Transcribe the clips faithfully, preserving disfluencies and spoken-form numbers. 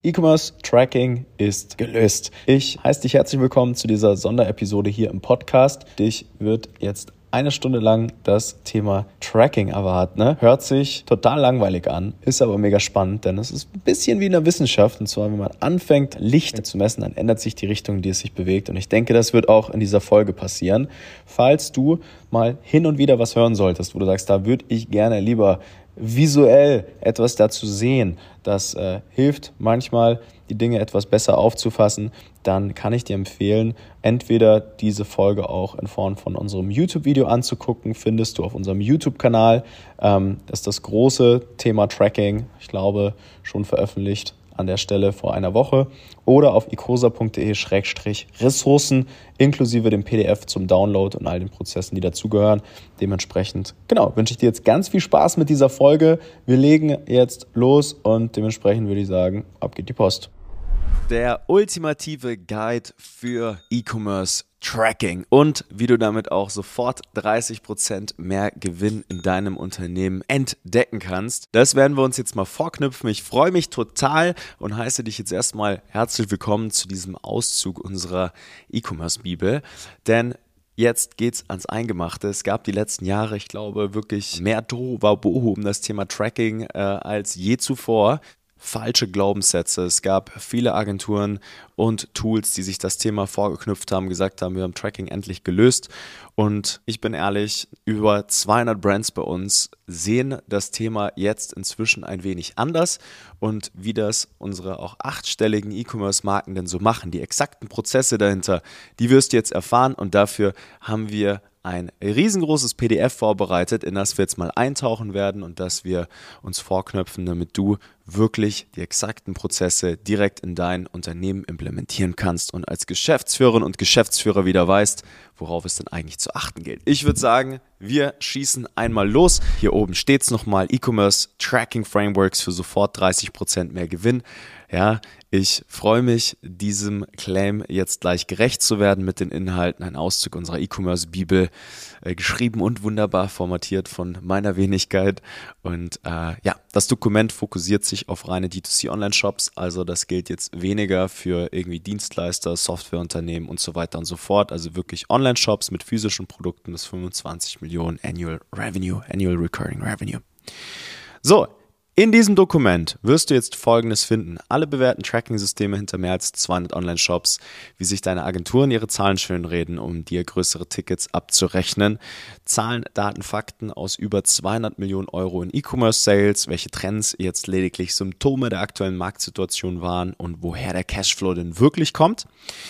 E-Commerce Tracking ist gelöst. Ich heiße dich herzlich willkommen zu dieser Sonderepisode hier im Podcast. Dich wird jetzt eine Stunde lang das Thema Tracking erwarten. Ne? Hört sich total langweilig an, ist aber mega spannend, denn es ist ein bisschen wie in der Wissenschaft. Und zwar, wenn man anfängt, Licht zu messen, dann ändert sich die Richtung, in die es sich bewegt. Und ich denke, das wird auch in dieser Folge passieren. Falls du mal hin und wieder was hören solltest, wo du sagst, da würde ich gerne lieber visuell etwas dazu sehen, das äh, hilft manchmal, die Dinge etwas besser aufzufassen, dann kann ich dir empfehlen, entweder diese Folge auch in Form von unserem YouTube-Video anzugucken, findest du auf unserem YouTube-Kanal. Ähm, das ist das große Thema Tracking, ich glaube, schon veröffentlicht an der Stelle vor einer Woche, oder auf ecosa punkt de Schrägstrich Ressourcen inklusive dem P D F zum Download und all den Prozessen, die dazugehören. Dementsprechend, genau, wünsche ich dir jetzt ganz viel Spaß mit dieser Folge. Wir legen jetzt los und dementsprechend würde ich sagen, ab geht die Post. Der ultimative Guide für E-Commerce Tracking und wie du damit auch sofort dreißig Prozent mehr Gewinn in deinem Unternehmen entdecken kannst. Das werden wir uns jetzt mal vorknüpfen. Ich freue mich total und heiße dich jetzt erstmal herzlich willkommen zu diesem Auszug unserer E-Commerce-Bibel, denn jetzt geht's ans Eingemachte. Es gab die letzten Jahre, ich glaube, wirklich mehr Tohuwabohu um das Thema Tracking äh, als je zuvor. Falsche Glaubenssätze. Es gab viele Agenturen und Tools, die sich das Thema vorgeknüpft haben, gesagt haben, wir haben Tracking endlich gelöst. Und ich bin ehrlich, über zweihundert Brands bei uns sehen das Thema jetzt inzwischen ein wenig anders. Und wie das unsere auch achtstelligen E-Commerce-Marken denn so machen, die exakten Prozesse dahinter, die wirst du jetzt erfahren. Und dafür haben wir ein riesengroßes P D F vorbereitet, in das wir jetzt mal eintauchen werden und das wir uns vorknöpfen, damit du wirklich die exakten Prozesse direkt in dein Unternehmen implementieren kannst und als Geschäftsführerin und Geschäftsführer wieder weißt, worauf es denn eigentlich zu achten gilt. Ich würde sagen, wir schießen einmal los. Hier oben steht es nochmal, E-Commerce Tracking Frameworks für sofort dreißig Prozent mehr Gewinn. Ja, ich freue mich, diesem Claim jetzt gleich gerecht zu werden mit den Inhalten. Ein Auszug unserer E-Commerce-Bibel, äh, geschrieben und wunderbar formatiert von meiner Wenigkeit. Und äh, ja, das Dokument fokussiert sich auf reine D zwei C Online-Shops. Also das gilt jetzt weniger für irgendwie Dienstleister, Softwareunternehmen und so weiter und so fort. Also wirklich Online-Shops mit physischen Produkten bis fünfundzwanzig Millionen Annual Revenue, Annual Recurring Revenue. So, in diesem Dokument wirst du jetzt Folgendes finden. Alle bewährten Tracking-Systeme hinter mehr als zweihundert Online-Shops, wie sich deine Agenturen ihre Zahlen schönreden, um dir größere Tickets abzurechnen. Zahlen, Daten, Fakten aus über zweihundert Millionen Euro in E-Commerce-Sales, welche Trends jetzt lediglich Symptome der aktuellen Marktsituation waren und woher der Cashflow denn wirklich kommt.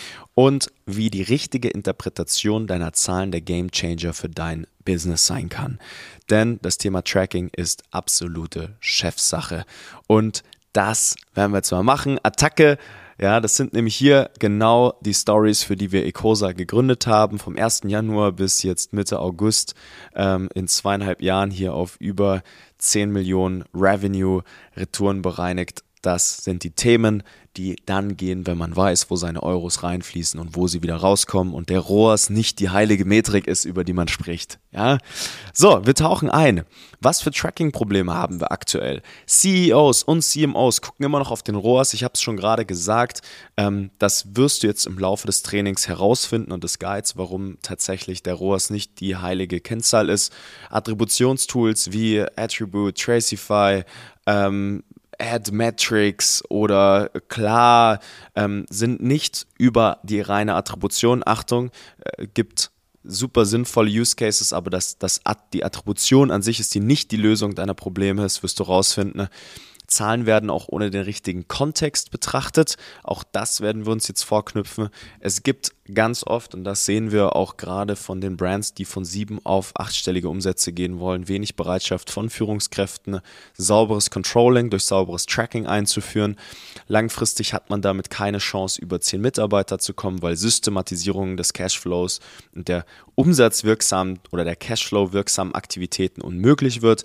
Und wie die richtige Interpretation deiner Zahlen der Gamechanger für dein Business sein kann. Denn das Thema Tracking ist absolute Chefsache. Und das werden wir jetzt mal machen. Attacke, ja, das sind nämlich hier genau die Stories, für die wir Ecosa gegründet haben. Vom ersten Januar bis jetzt Mitte August ähm, in zweieinhalb Jahren hier auf über zehn Millionen Revenue Retouren bereinigt. Das sind die Themen, die dann gehen, wenn man weiß, wo seine Euros reinfließen und wo sie wieder rauskommen und der R O A S nicht die heilige Metrik ist, über die man spricht. Ja? So, wir tauchen ein. Was für Tracking-Probleme haben wir aktuell? C E Os und C M Os gucken immer noch auf den R O A S. Ich habe es schon gerade gesagt, ähm, das wirst du jetzt im Laufe des Trainings herausfinden und des Guides, warum tatsächlich der R O A S nicht die heilige Kennzahl ist. Attributionstools wie Attribute, Tracify, ähm, Ad-Metrics oder klar ähm, sind nicht über die reine Attribution. Achtung, äh, gibt super sinnvolle Use Cases, aber das, das, die Attribution an sich ist die nicht die Lösung deiner Probleme, das wirst du rausfinden. Zahlen werden auch ohne den richtigen Kontext betrachtet. Auch das werden wir uns jetzt vorknüpfen. Es gibt ganz oft, und das sehen wir auch gerade von den Brands, die von sieben auf achtstellige Umsätze gehen wollen, wenig Bereitschaft von Führungskräften, sauberes Controlling durch sauberes Tracking einzuführen. Langfristig hat man damit keine Chance, über zehn Mitarbeiter zu kommen, weil Systematisierung des Cashflows und der umsatzwirksamen oder der Cashflow wirksamen Aktivitäten unmöglich wird.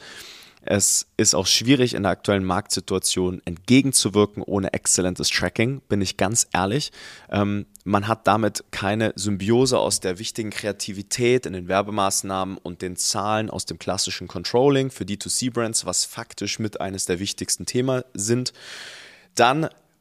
Es ist auch schwierig, in der aktuellen Marktsituation entgegenzuwirken ohne exzellentes Tracking, bin ich ganz ehrlich. Ähm, man hat damit keine Symbiose aus der wichtigen Kreativität in den Werbemaßnahmen und den Zahlen aus dem klassischen Controlling für D zwei C Brands, was faktisch mit eines der wichtigsten Themen sind. Dann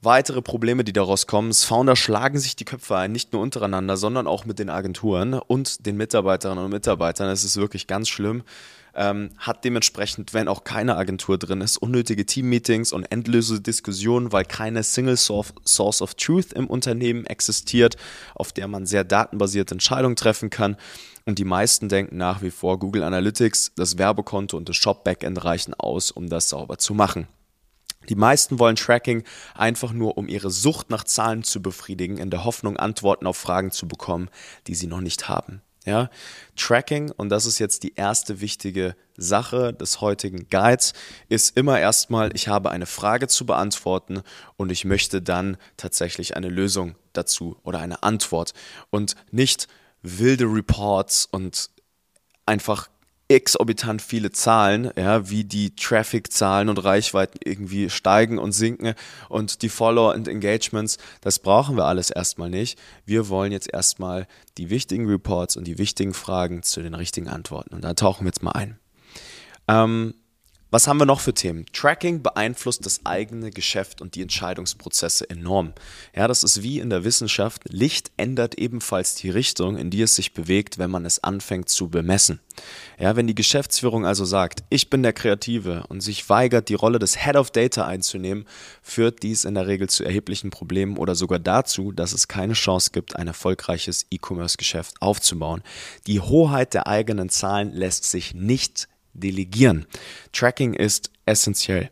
Weitere Probleme, die daraus kommen, ist, Founder schlagen sich die Köpfe ein, nicht nur untereinander, sondern auch mit den Agenturen und den Mitarbeiterinnen und Mitarbeitern. Es ist wirklich ganz schlimm. Ähm, hat dementsprechend, wenn auch keine Agentur drin ist, unnötige Team-Meetings und endlose Diskussionen, weil keine Single Source of Truth im Unternehmen existiert, auf der man sehr datenbasierte Entscheidungen treffen kann. Und die meisten denken nach wie vor, Google Analytics, das Werbekonto und das Shop-Backend reichen aus, um das sauber zu machen. Die meisten wollen Tracking einfach nur, um ihre Sucht nach Zahlen zu befriedigen, in der Hoffnung, Antworten auf Fragen zu bekommen, die sie noch nicht haben. Ja, Tracking, und das ist jetzt die erste wichtige Sache des heutigen Guides, ist immer erstmal, ich habe eine Frage zu beantworten und ich möchte dann tatsächlich eine Lösung dazu oder eine Antwort und nicht wilde Reports und einfach exorbitant viele Zahlen, ja, wie die Traffic-Zahlen und Reichweiten irgendwie steigen und sinken und die Follower und Engagements, das brauchen wir alles erstmal nicht. Wir wollen jetzt erstmal die wichtigen Reports und die wichtigen Fragen zu den richtigen Antworten. Und da tauchen wir jetzt mal ein. Ähm, Was haben wir noch für Themen? Tracking beeinflusst das eigene Geschäft und die Entscheidungsprozesse enorm. Ja, das ist wie in der Wissenschaft. Licht ändert ebenfalls die Richtung, in die es sich bewegt, wenn man es anfängt zu bemessen. Ja, wenn die Geschäftsführung also sagt, ich bin der Kreative und sich weigert, die Rolle des Head of Data einzunehmen, führt dies in der Regel zu erheblichen Problemen oder sogar dazu, dass es keine Chance gibt, ein erfolgreiches E-Commerce-Geschäft aufzubauen. Die Hoheit der eigenen Zahlen lässt sich nicht delegieren. Tracking ist essentiell.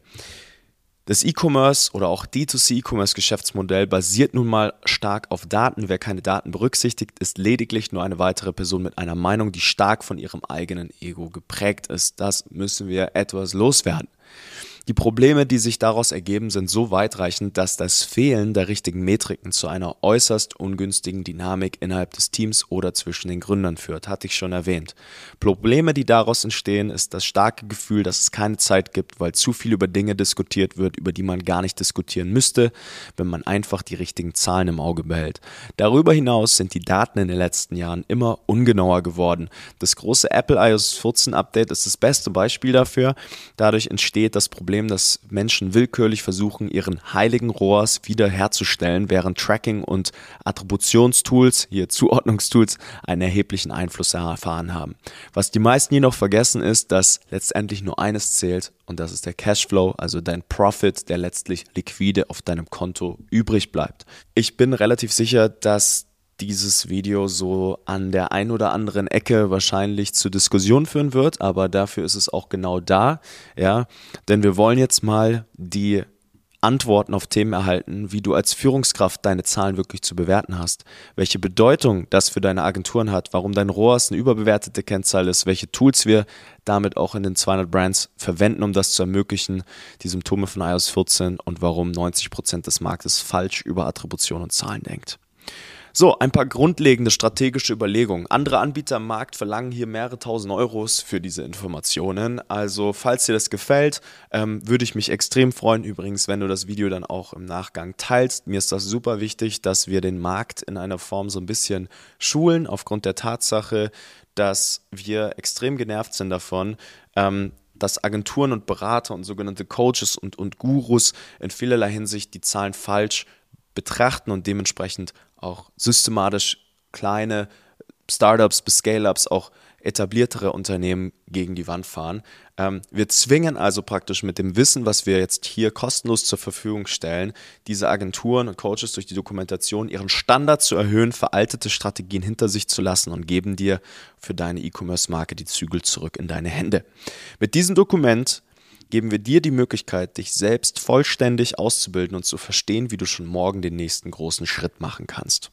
Das E-Commerce oder auch D zwei C E-Commerce-Geschäftsmodell basiert nun mal stark auf Daten. Wer keine Daten berücksichtigt, ist lediglich nur eine weitere Person mit einer Meinung, die stark von ihrem eigenen Ego geprägt ist. Das müssen wir etwas loswerden. Die Probleme, die sich daraus ergeben, sind so weitreichend, dass das Fehlen der richtigen Metriken zu einer äußerst ungünstigen Dynamik innerhalb des Teams oder zwischen den Gründern führt, hatte ich schon erwähnt. Probleme, die daraus entstehen, ist das starke Gefühl, dass es keine Zeit gibt, weil zu viel über Dinge diskutiert wird, über die man gar nicht diskutieren müsste, wenn man einfach die richtigen Zahlen im Auge behält. Darüber hinaus sind die Daten in den letzten Jahren immer ungenauer geworden. Das große Apple i O S vierzehn Update ist das beste Beispiel dafür. Dadurch entsteht das Problem, dass Menschen willkürlich versuchen, ihren heiligen R O A S wiederherzustellen, während Tracking- und Attributionstools, hier Zuordnungstools, einen erheblichen Einfluss erfahren haben. Was die meisten jedoch vergessen ist, dass letztendlich nur eines zählt und das ist der Cashflow, also dein Profit, der letztlich liquide auf deinem Konto übrig bleibt. Ich bin relativ sicher, dass dieses Video so an der ein oder anderen Ecke wahrscheinlich zu Diskussionen führen wird, aber dafür ist es auch genau da, ja, denn wir wollen jetzt mal die Antworten auf Themen erhalten, wie du als Führungskraft deine Zahlen wirklich zu bewerten hast, welche Bedeutung das für deine Agenturen hat, warum dein R O A S eine überbewertete Kennzahl ist, welche Tools wir damit auch in den zweihundert Brands verwenden, um das zu ermöglichen, die Symptome von i O S vierzehn und warum neunzig Prozent des Marktes falsch über Attribution und Zahlen denkt. So, ein paar grundlegende strategische Überlegungen. Andere Anbieter am Markt verlangen hier mehrere tausend Euros für diese Informationen. Also, falls dir das gefällt, ähm, würde ich mich extrem freuen. Übrigens, wenn du das Video dann auch im Nachgang teilst. Mir ist das super wichtig, dass wir den Markt in einer Form so ein bisschen schulen, aufgrund der Tatsache, dass wir extrem genervt sind davon, ähm, dass Agenturen und Berater und sogenannte Coaches und, und Gurus in vielerlei Hinsicht die Zahlen falsch betrachten und dementsprechend auch systematisch kleine Startups bis Scale-Ups, auch etabliertere Unternehmen gegen die Wand fahren. Ähm, wir zwingen also praktisch mit dem Wissen, was wir jetzt hier kostenlos zur Verfügung stellen, diese Agenturen und Coaches durch die Dokumentation ihren Standard zu erhöhen, veraltete Strategien hinter sich zu lassen und geben dir für deine E-Commerce-Marke die Zügel zurück in deine Hände. Mit diesem Dokument geben wir dir die Möglichkeit, dich selbst vollständig auszubilden und zu verstehen, wie du schon morgen den nächsten großen Schritt machen kannst.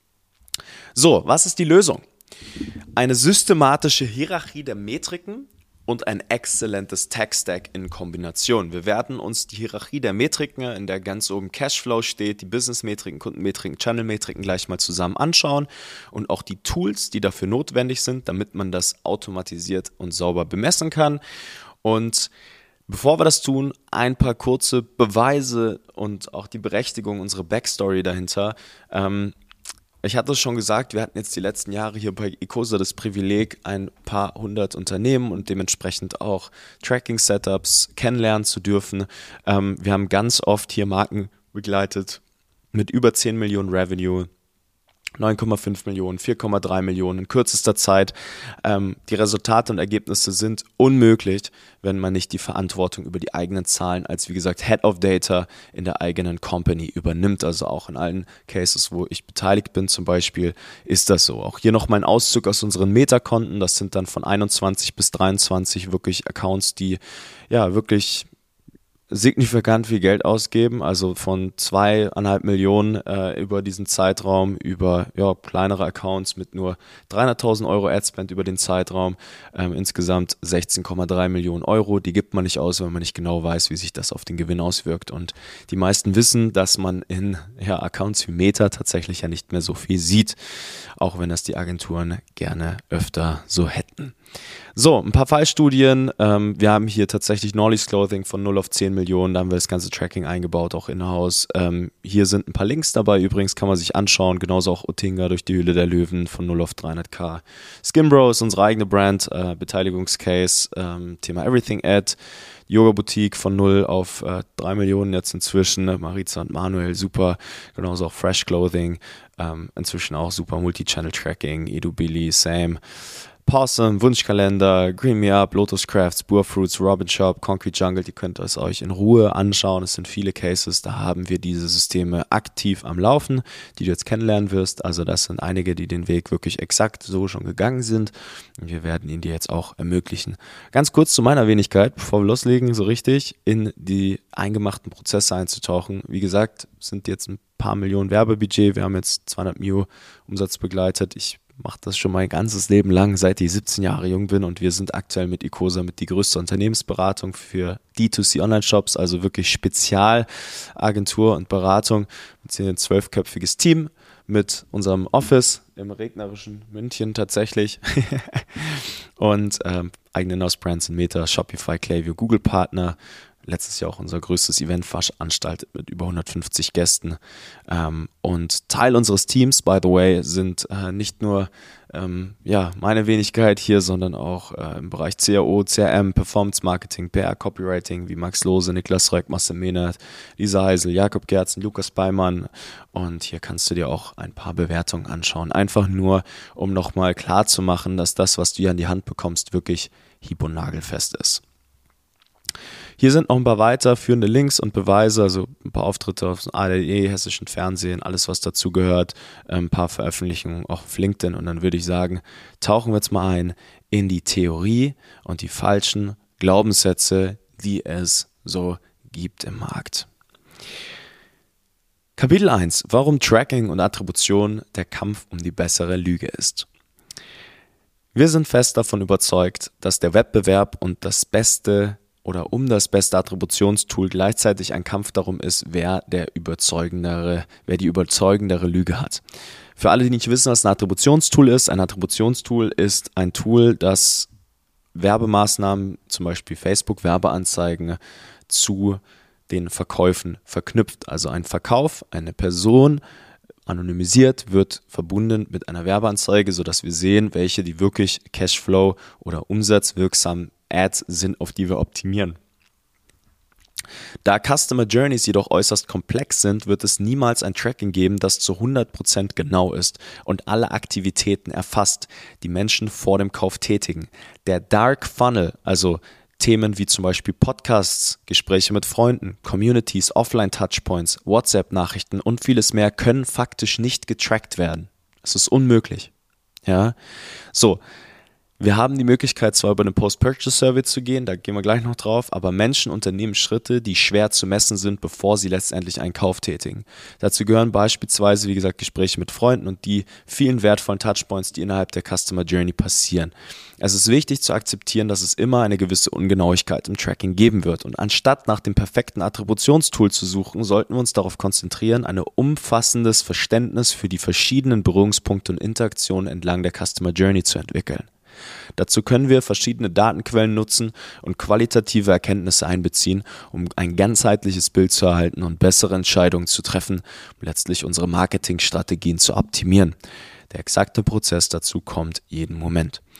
So, was ist die Lösung? Eine systematische Hierarchie der Metriken und ein exzellentes Tech-Stack in Kombination. Wir werden uns die Hierarchie der Metriken, in der ganz oben Cashflow steht, die Business-Metriken, Kundenmetriken, Channel-Metriken gleich mal zusammen anschauen und auch die Tools, die dafür notwendig sind, damit man das automatisiert und sauber bemessen kann. Und bevor wir das tun, ein paar kurze Beweise und auch die Berechtigung, unsere Backstory dahinter. Ähm, ich hatte es schon gesagt, wir hatten jetzt die letzten Jahre hier bei Ecosa das Privileg, ein paar hundert Unternehmen und dementsprechend auch Tracking-Setups kennenlernen zu dürfen. Ähm, wir haben ganz oft hier Marken begleitet, mit über zehn Millionen Revenue, neun Komma fünf Millionen, vier Komma drei Millionen in kürzester Zeit. Ähm, die Resultate und Ergebnisse sind unmöglich, wenn man nicht die Verantwortung über die eigenen Zahlen als, wie gesagt, Head of Data in der eigenen Company übernimmt. Also auch in allen Cases, wo ich beteiligt bin zum Beispiel, ist das so. Auch hier noch mein Auszug aus unseren Meta-Konten. Das sind dann von einundzwanzig bis dreiundzwanzig wirklich Accounts, die ja wirklich signifikant viel Geld ausgeben, also von zweieinhalb Millionen äh, über diesen Zeitraum, über ja, kleinere Accounts mit nur dreihunderttausend Euro Adspend über den Zeitraum, ähm, insgesamt sechzehn Komma drei Millionen Euro, die gibt man nicht aus, wenn man nicht genau weiß, wie sich das auf den Gewinn auswirkt, und die meisten wissen, dass man in ja, Accounts wie Meta tatsächlich ja nicht mehr so viel sieht, auch wenn das die Agenturen gerne öfter so hätten. So, ein paar Fallstudien. Ähm, wir haben hier tatsächlich Norlys Clothing von null auf zehn Millionen. Da haben wir das ganze Tracking eingebaut, auch in-house. Ähm, hier sind ein paar Links dabei. Übrigens kann man sich anschauen. Genauso auch Otinga durch die Höhle der Löwen von null auf dreihunderttausend. Skimbro ist unsere eigene Brand. Äh, Beteiligungscase. Ähm, Thema Everything Ad. Yoga Boutique von null auf äh, drei Millionen jetzt inzwischen. Maritza und Manuel, super. Genauso auch Fresh Clothing. Ähm, inzwischen auch super Multi-Channel Tracking. Edu Billy, Sam. Possum, Wunschkalender, Green Me Up, Lotus Crafts, Boer Fruits, Robin Shop, Concrete Jungle, die könnt ihr es euch in Ruhe anschauen. Es sind viele Cases, da haben wir diese Systeme aktiv am Laufen, die du jetzt kennenlernen wirst. Also das sind einige, die den Weg wirklich exakt so schon gegangen sind. Und wir werden ihn dir jetzt auch ermöglichen. Ganz kurz zu meiner Wenigkeit, bevor wir loslegen, so richtig in die eingemachten Prozesse einzutauchen. Wie gesagt, sind jetzt ein paar Millionen Werbebudget. Wir haben jetzt zweihundert Mio Umsatz begleitet. Ich mache das schon mein ganzes Leben lang, seit ich siebzehn Jahre jung bin, und wir sind aktuell mit Ecosa mit die größte Unternehmensberatung für D zwei C Online-Shops, also wirklich Spezialagentur und Beratung. Wir sind ein zwölfköpfiges Team mit unserem Office im regnerischen München tatsächlich und ähm, eigenen House-Brands in Meta, Shopify, Klaviyo, Google-Partner. Letztes Jahr auch unser größtes Event veranstaltet mit über hundertfünfzig Gästen. Ähm, und Teil unseres Teams, by the way, sind äh, nicht nur ähm, ja, meine Wenigkeit hier, sondern auch äh, im Bereich C R O, C R M, Performance Marketing, P R, Copywriting, wie Max Lose, Niklas Röck, Marcel Mehnert, Lisa Heisel, Jakob Gerzen, Lukas Beimann. Und hier kannst du dir auch ein paar Bewertungen anschauen. Einfach nur, um nochmal klar zu machen, dass das, was du hier an die Hand bekommst, wirklich hieb- und nagelfest ist. Hier sind noch ein paar weiterführende Links und Beweise, also ein paar Auftritte auf A R D, hessischen Fernsehen, alles was dazu gehört, ein paar Veröffentlichungen auch auf LinkedIn, und dann würde ich sagen, tauchen wir jetzt mal ein in die Theorie und die falschen Glaubenssätze, die es so gibt im Markt. Kapitel eins. Warum Tracking und Attribution der Kampf um die bessere Lüge ist. Wir sind fest davon überzeugt, dass der Wettbewerb und das beste oder um das beste Attributionstool gleichzeitig ein Kampf darum ist, wer der überzeugendere, wer die überzeugendere Lüge hat. Für alle, die nicht wissen, was ein Attributionstool ist, ein Attributionstool ist ein Tool, das Werbemaßnahmen, zum Beispiel Facebook-Werbeanzeigen, zu den Verkäufen verknüpft. Also ein Verkauf, eine Person anonymisiert wird verbunden mit einer Werbeanzeige, sodass wir sehen, welche die wirklich Cashflow oder umsatzwirksamen Ads sind, auf die wir optimieren. Da Customer Journeys jedoch äußerst komplex sind, wird es niemals ein Tracking geben, das zu hundert Prozent genau ist und alle Aktivitäten erfasst, die Menschen vor dem Kauf tätigen. Der Dark Funnel, also Themen wie zum Beispiel Podcasts, Gespräche mit Freunden, Communities, Offline-Touchpoints, WhatsApp-Nachrichten und vieles mehr, können faktisch nicht getrackt werden. Es ist unmöglich. Ja, so. Wir haben die Möglichkeit, zwar über eine Post-Purchase-Survey zu gehen, da gehen wir gleich noch drauf, aber Menschen unternehmen Schritte, die schwer zu messen sind, bevor sie letztendlich einen Kauf tätigen. Dazu gehören beispielsweise, wie gesagt, Gespräche mit Freunden und die vielen wertvollen Touchpoints, die innerhalb der Customer Journey passieren. Es ist wichtig zu akzeptieren, dass es immer eine gewisse Ungenauigkeit im Tracking geben wird, und anstatt nach dem perfekten Attributionstool zu suchen, sollten wir uns darauf konzentrieren, ein umfassendes Verständnis für die verschiedenen Berührungspunkte und Interaktionen entlang der Customer Journey zu entwickeln. Dazu können wir verschiedene Datenquellen nutzen und qualitative Erkenntnisse einbeziehen, um ein ganzheitliches Bild zu erhalten und bessere Entscheidungen zu treffen, um letztlich unsere Marketingstrategien zu optimieren. Der exakte Prozess dazu kommt jeden Moment.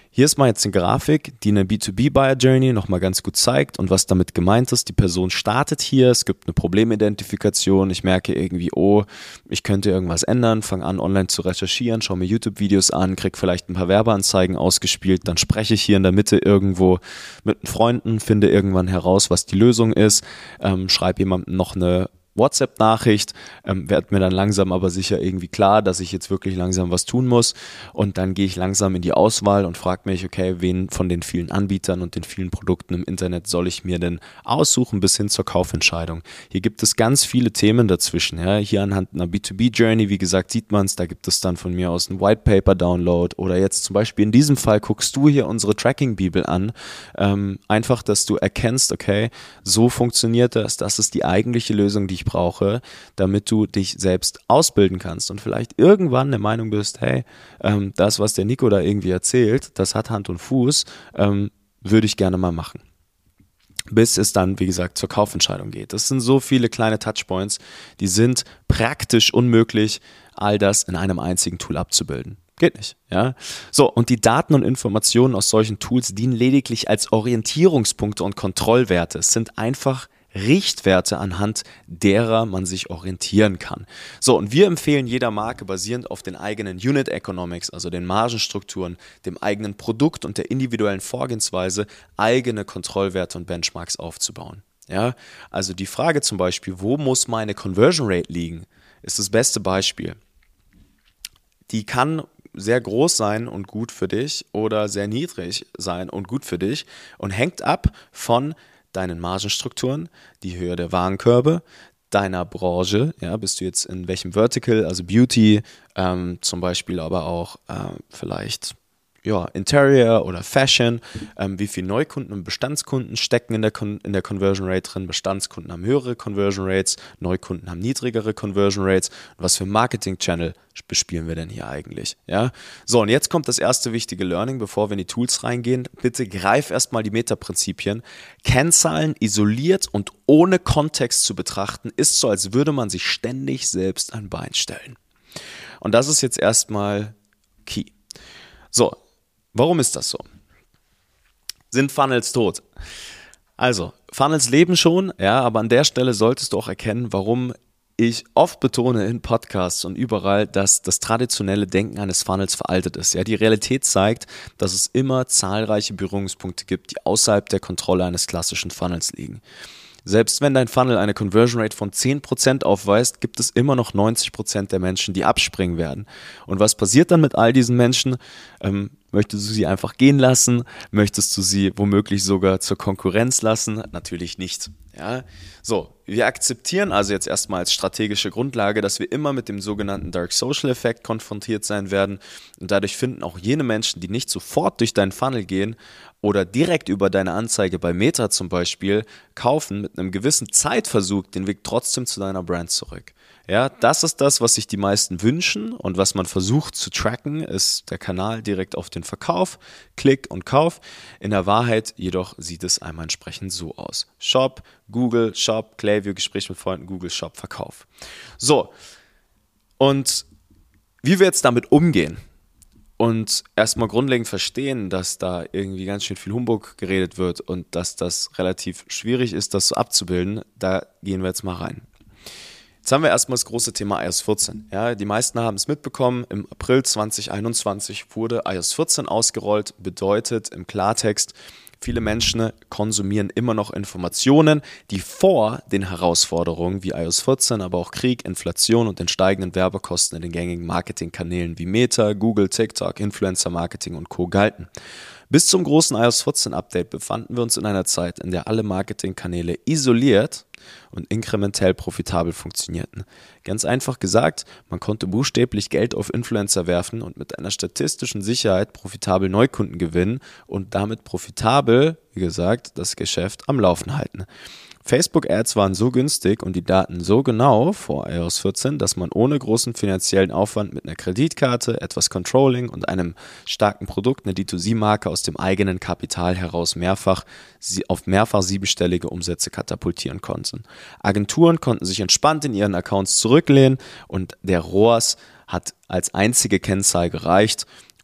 Hier ist mal jetzt eine Grafik, die eine B zwei B Buyer Journey nochmal ganz gut zeigt und was damit gemeint ist. Die Person startet hier, es gibt eine Problemidentifikation, ich merke irgendwie, oh, ich könnte irgendwas ändern, fange an online zu recherchieren, schaue mir YouTube-Videos an, kriege vielleicht ein paar Werbeanzeigen ausgespielt, dann spreche ich hier in der Mitte irgendwo mit Freunden, finde irgendwann heraus, was die Lösung ist, ähm, schreibe jemandem noch eine WhatsApp-Nachricht, ähm, wird mir dann langsam aber sicher irgendwie klar, dass ich jetzt wirklich langsam was tun muss und dann gehe ich langsam in die Auswahl und frage mich, okay, wen von den vielen Anbietern und den vielen Produkten im Internet soll ich mir denn aussuchen bis hin zur Kaufentscheidung. Hier gibt es ganz viele Themen dazwischen. Ja? Hier anhand einer B zwei B Journey, wie gesagt, sieht man es, da gibt es dann von mir aus einen White Paper Download oder jetzt zum Beispiel in diesem Fall guckst du hier unsere Tracking-Bibel an, ähm, einfach, dass du erkennst, okay, so funktioniert das, das ist die eigentliche Lösung, die ich brauche, damit du dich selbst ausbilden kannst und vielleicht irgendwann der Meinung bist, hey, ähm, das, was der Nico da irgendwie erzählt, das hat Hand und Fuß, ähm, würde ich gerne mal machen. Bis es dann, wie gesagt, zur Kaufentscheidung geht. Das sind so viele kleine Touchpoints, die sind praktisch unmöglich, all das in einem einzigen Tool abzubilden. Geht nicht, ja. So, und die Daten und Informationen aus solchen Tools dienen lediglich als Orientierungspunkte und Kontrollwerte. Es sind einfach Richtwerte, anhand derer man sich orientieren kann. So, und wir empfehlen jeder Marke basierend auf den eigenen Unit Economics, also den Margenstrukturen, dem eigenen Produkt und der individuellen Vorgehensweise, eigene Kontrollwerte und Benchmarks aufzubauen. Ja, also die Frage zum Beispiel, wo muss meine Conversion Rate liegen, ist das beste Beispiel. Die kann sehr groß sein und gut für dich oder sehr niedrig sein und gut für dich und hängt ab von deinen Margenstrukturen, die Höhe der Warenkörbe, deiner Branche, ja, bist du jetzt in welchem Vertical, also Beauty, ähm, zum Beispiel aber auch äh, vielleicht ja, Interior oder Fashion, ähm, wie viele Neukunden und Bestandskunden stecken in der, Con- in der Conversion Rate drin, Bestandskunden haben höhere Conversion Rates, Neukunden haben niedrigere Conversion Rates und was für Marketing-Channel bespielen wir denn hier eigentlich, ja? So, und jetzt kommt das erste wichtige Learning, bevor wir in die Tools reingehen, bitte greif erstmal die Meta-Prinzipien. Kennzahlen isoliert und ohne Kontext zu betrachten, ist so, als würde man sich ständig selbst ein Bein stellen. Und das ist jetzt erstmal key. So, warum ist das so? Sind Funnels tot? Also, Funnels leben schon, ja, aber an der Stelle solltest du auch erkennen, warum ich oft betone in Podcasts und überall, dass das traditionelle Denken eines Funnels veraltet ist. Ja, die Realität zeigt, dass es immer zahlreiche Berührungspunkte gibt, die außerhalb der Kontrolle eines klassischen Funnels liegen. Selbst wenn dein Funnel eine Conversion Rate von zehn Prozent aufweist, gibt es immer noch neunzig Prozent der Menschen, die abspringen werden. Und was passiert dann mit all diesen Menschen? Ähm, möchtest du sie einfach gehen lassen? Möchtest du sie womöglich sogar zur Konkurrenz lassen? Natürlich nicht. Ja? So, wir akzeptieren also jetzt erstmal als strategische Grundlage, dass wir immer mit dem sogenannten Dark Social Effekt konfrontiert sein werden und dadurch finden auch jene Menschen, die nicht sofort durch deinen Funnel gehen oder direkt über deine Anzeige bei Meta zum Beispiel kaufen, mit einem gewissen Zeitversug den Weg trotzdem zu deiner Brand zurück. Ja, das ist das, was sich die meisten wünschen und was man versucht zu tracken, ist der Kanal direkt auf den Verkauf, Klick und Kauf. In der Wahrheit jedoch sieht es einmal entsprechend so aus. Shop, Google, Shop, Klaviyo, Gespräch mit Freunden, Google, Shop, Verkauf. So, und wie wir jetzt damit umgehen und erstmal grundlegend verstehen, dass da irgendwie ganz schön viel Humbug geredet wird und dass das relativ schwierig ist, das so abzubilden, da gehen wir jetzt mal rein. Jetzt haben wir erstmal das große Thema i O S vierzehn. Ja, die meisten haben es mitbekommen, im April zwanzig einundzwanzig wurde i O S vierzehn ausgerollt, bedeutet im Klartext, viele Menschen konsumieren immer noch Informationen, die vor den Herausforderungen wie i O S vierzehn, aber auch Krieg, Inflation und den steigenden Werbekosten in den gängigen Marketingkanälen wie Meta, Google, TikTok, Influencer-Marketing und Co. galten. Bis zum großen i O S vierzehn Update befanden wir uns in einer Zeit, in der alle Marketingkanäle isoliert und inkrementell profitabel funktionierten. Ganz einfach gesagt, man konnte buchstäblich Geld auf Influencer werfen und mit einer statistischen Sicherheit profitabel Neukunden gewinnen und damit profitabel, wie gesagt, das Geschäft am Laufen halten. Facebook-Ads waren so günstig und die Daten so genau vor i O S vierzehn, dass man ohne großen finanziellen Aufwand mit einer Kreditkarte, etwas Controlling und einem starken Produkt eine D zwei C-Marke aus dem eigenen Kapital heraus mehrfach auf mehrfach siebenstellige Umsätze katapultieren konnten. Agenturen konnten sich entspannt in ihren Accounts zurücklehnen und der R O A S hat als einzige Kennzahl gereicht,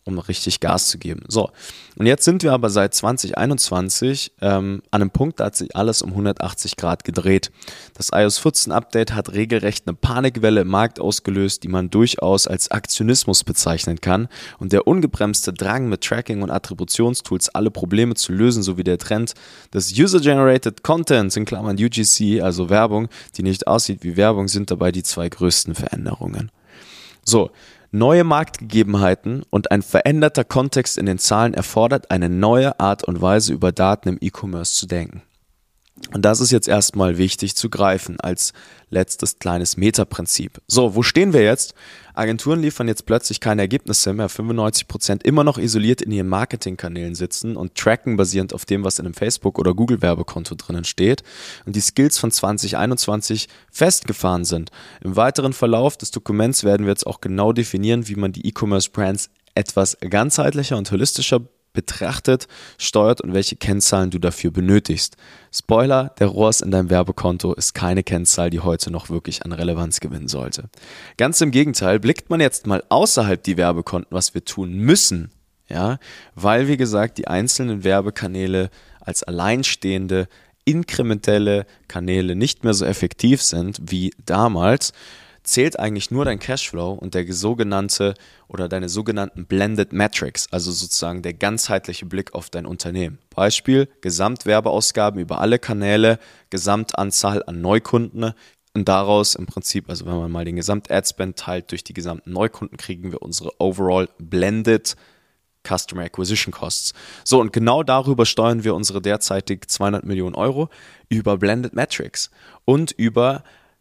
um richtig Gas zu geben. So, und jetzt sind wir aber seit zwanzig einundzwanzig ähm, an einem Punkt, da hat sich alles um hundertachtzig Grad gedreht. Das i O S vierzehn Update hat regelrecht eine Panikwelle im Markt ausgelöst, die man durchaus als Aktionismus bezeichnen kann. Und der ungebremste Drang mit Tracking und Attributionstools alle Probleme zu lösen, sowie der Trend des User-Generated Contents, in Klammern U G C, also Werbung, die nicht aussieht wie Werbung, sind dabei die zwei größten Veränderungen. So, neue Marktgegebenheiten und ein veränderter Kontext in den Zahlen erfordert eine neue Art und Weise, über Daten im E-Commerce zu denken. Und das ist jetzt erstmal wichtig zu greifen als letztes kleines Metaprinzip. So, wo stehen wir jetzt? Agenturen liefern jetzt plötzlich keine Ergebnisse mehr, fünfundneunzig Prozent immer noch isoliert in ihren Marketingkanälen sitzen und tracken basierend auf dem, was in einem Facebook- oder Google-Werbekonto drinnen steht und die Skills von zwanzig einundzwanzig festgefahren sind. Im weiteren Verlauf des Dokuments werden wir jetzt auch genau definieren, wie man die E-Commerce-Brands etwas ganzheitlicher und holistischer betrachtet, steuert und welche Kennzahlen du dafür benötigst. Spoiler, der R O A S in deinem Werbekonto ist keine Kennzahl, die heute noch wirklich an Relevanz gewinnen sollte. Ganz im Gegenteil, blickt man jetzt mal außerhalb die Werbekonten, was wir tun müssen, ja, weil, wie gesagt, die einzelnen Werbekanäle als alleinstehende, inkrementelle Kanäle nicht mehr so effektiv sind wie damals, zählt eigentlich nur dein Cashflow und der sogenannte oder deine sogenannten Blended Metrics, also sozusagen der ganzheitliche Blick auf dein Unternehmen. Beispiel, Gesamtwerbeausgaben über alle Kanäle, Gesamtanzahl an Neukunden und daraus im Prinzip, also wenn man mal den Gesamt-Ad-Spend teilt durch die gesamten Neukunden, kriegen wir unsere Overall Blended Customer Acquisition Costs. So, und genau darüber steuern wir unsere derzeitig zweihundert Millionen Euro über Blended Metrics und über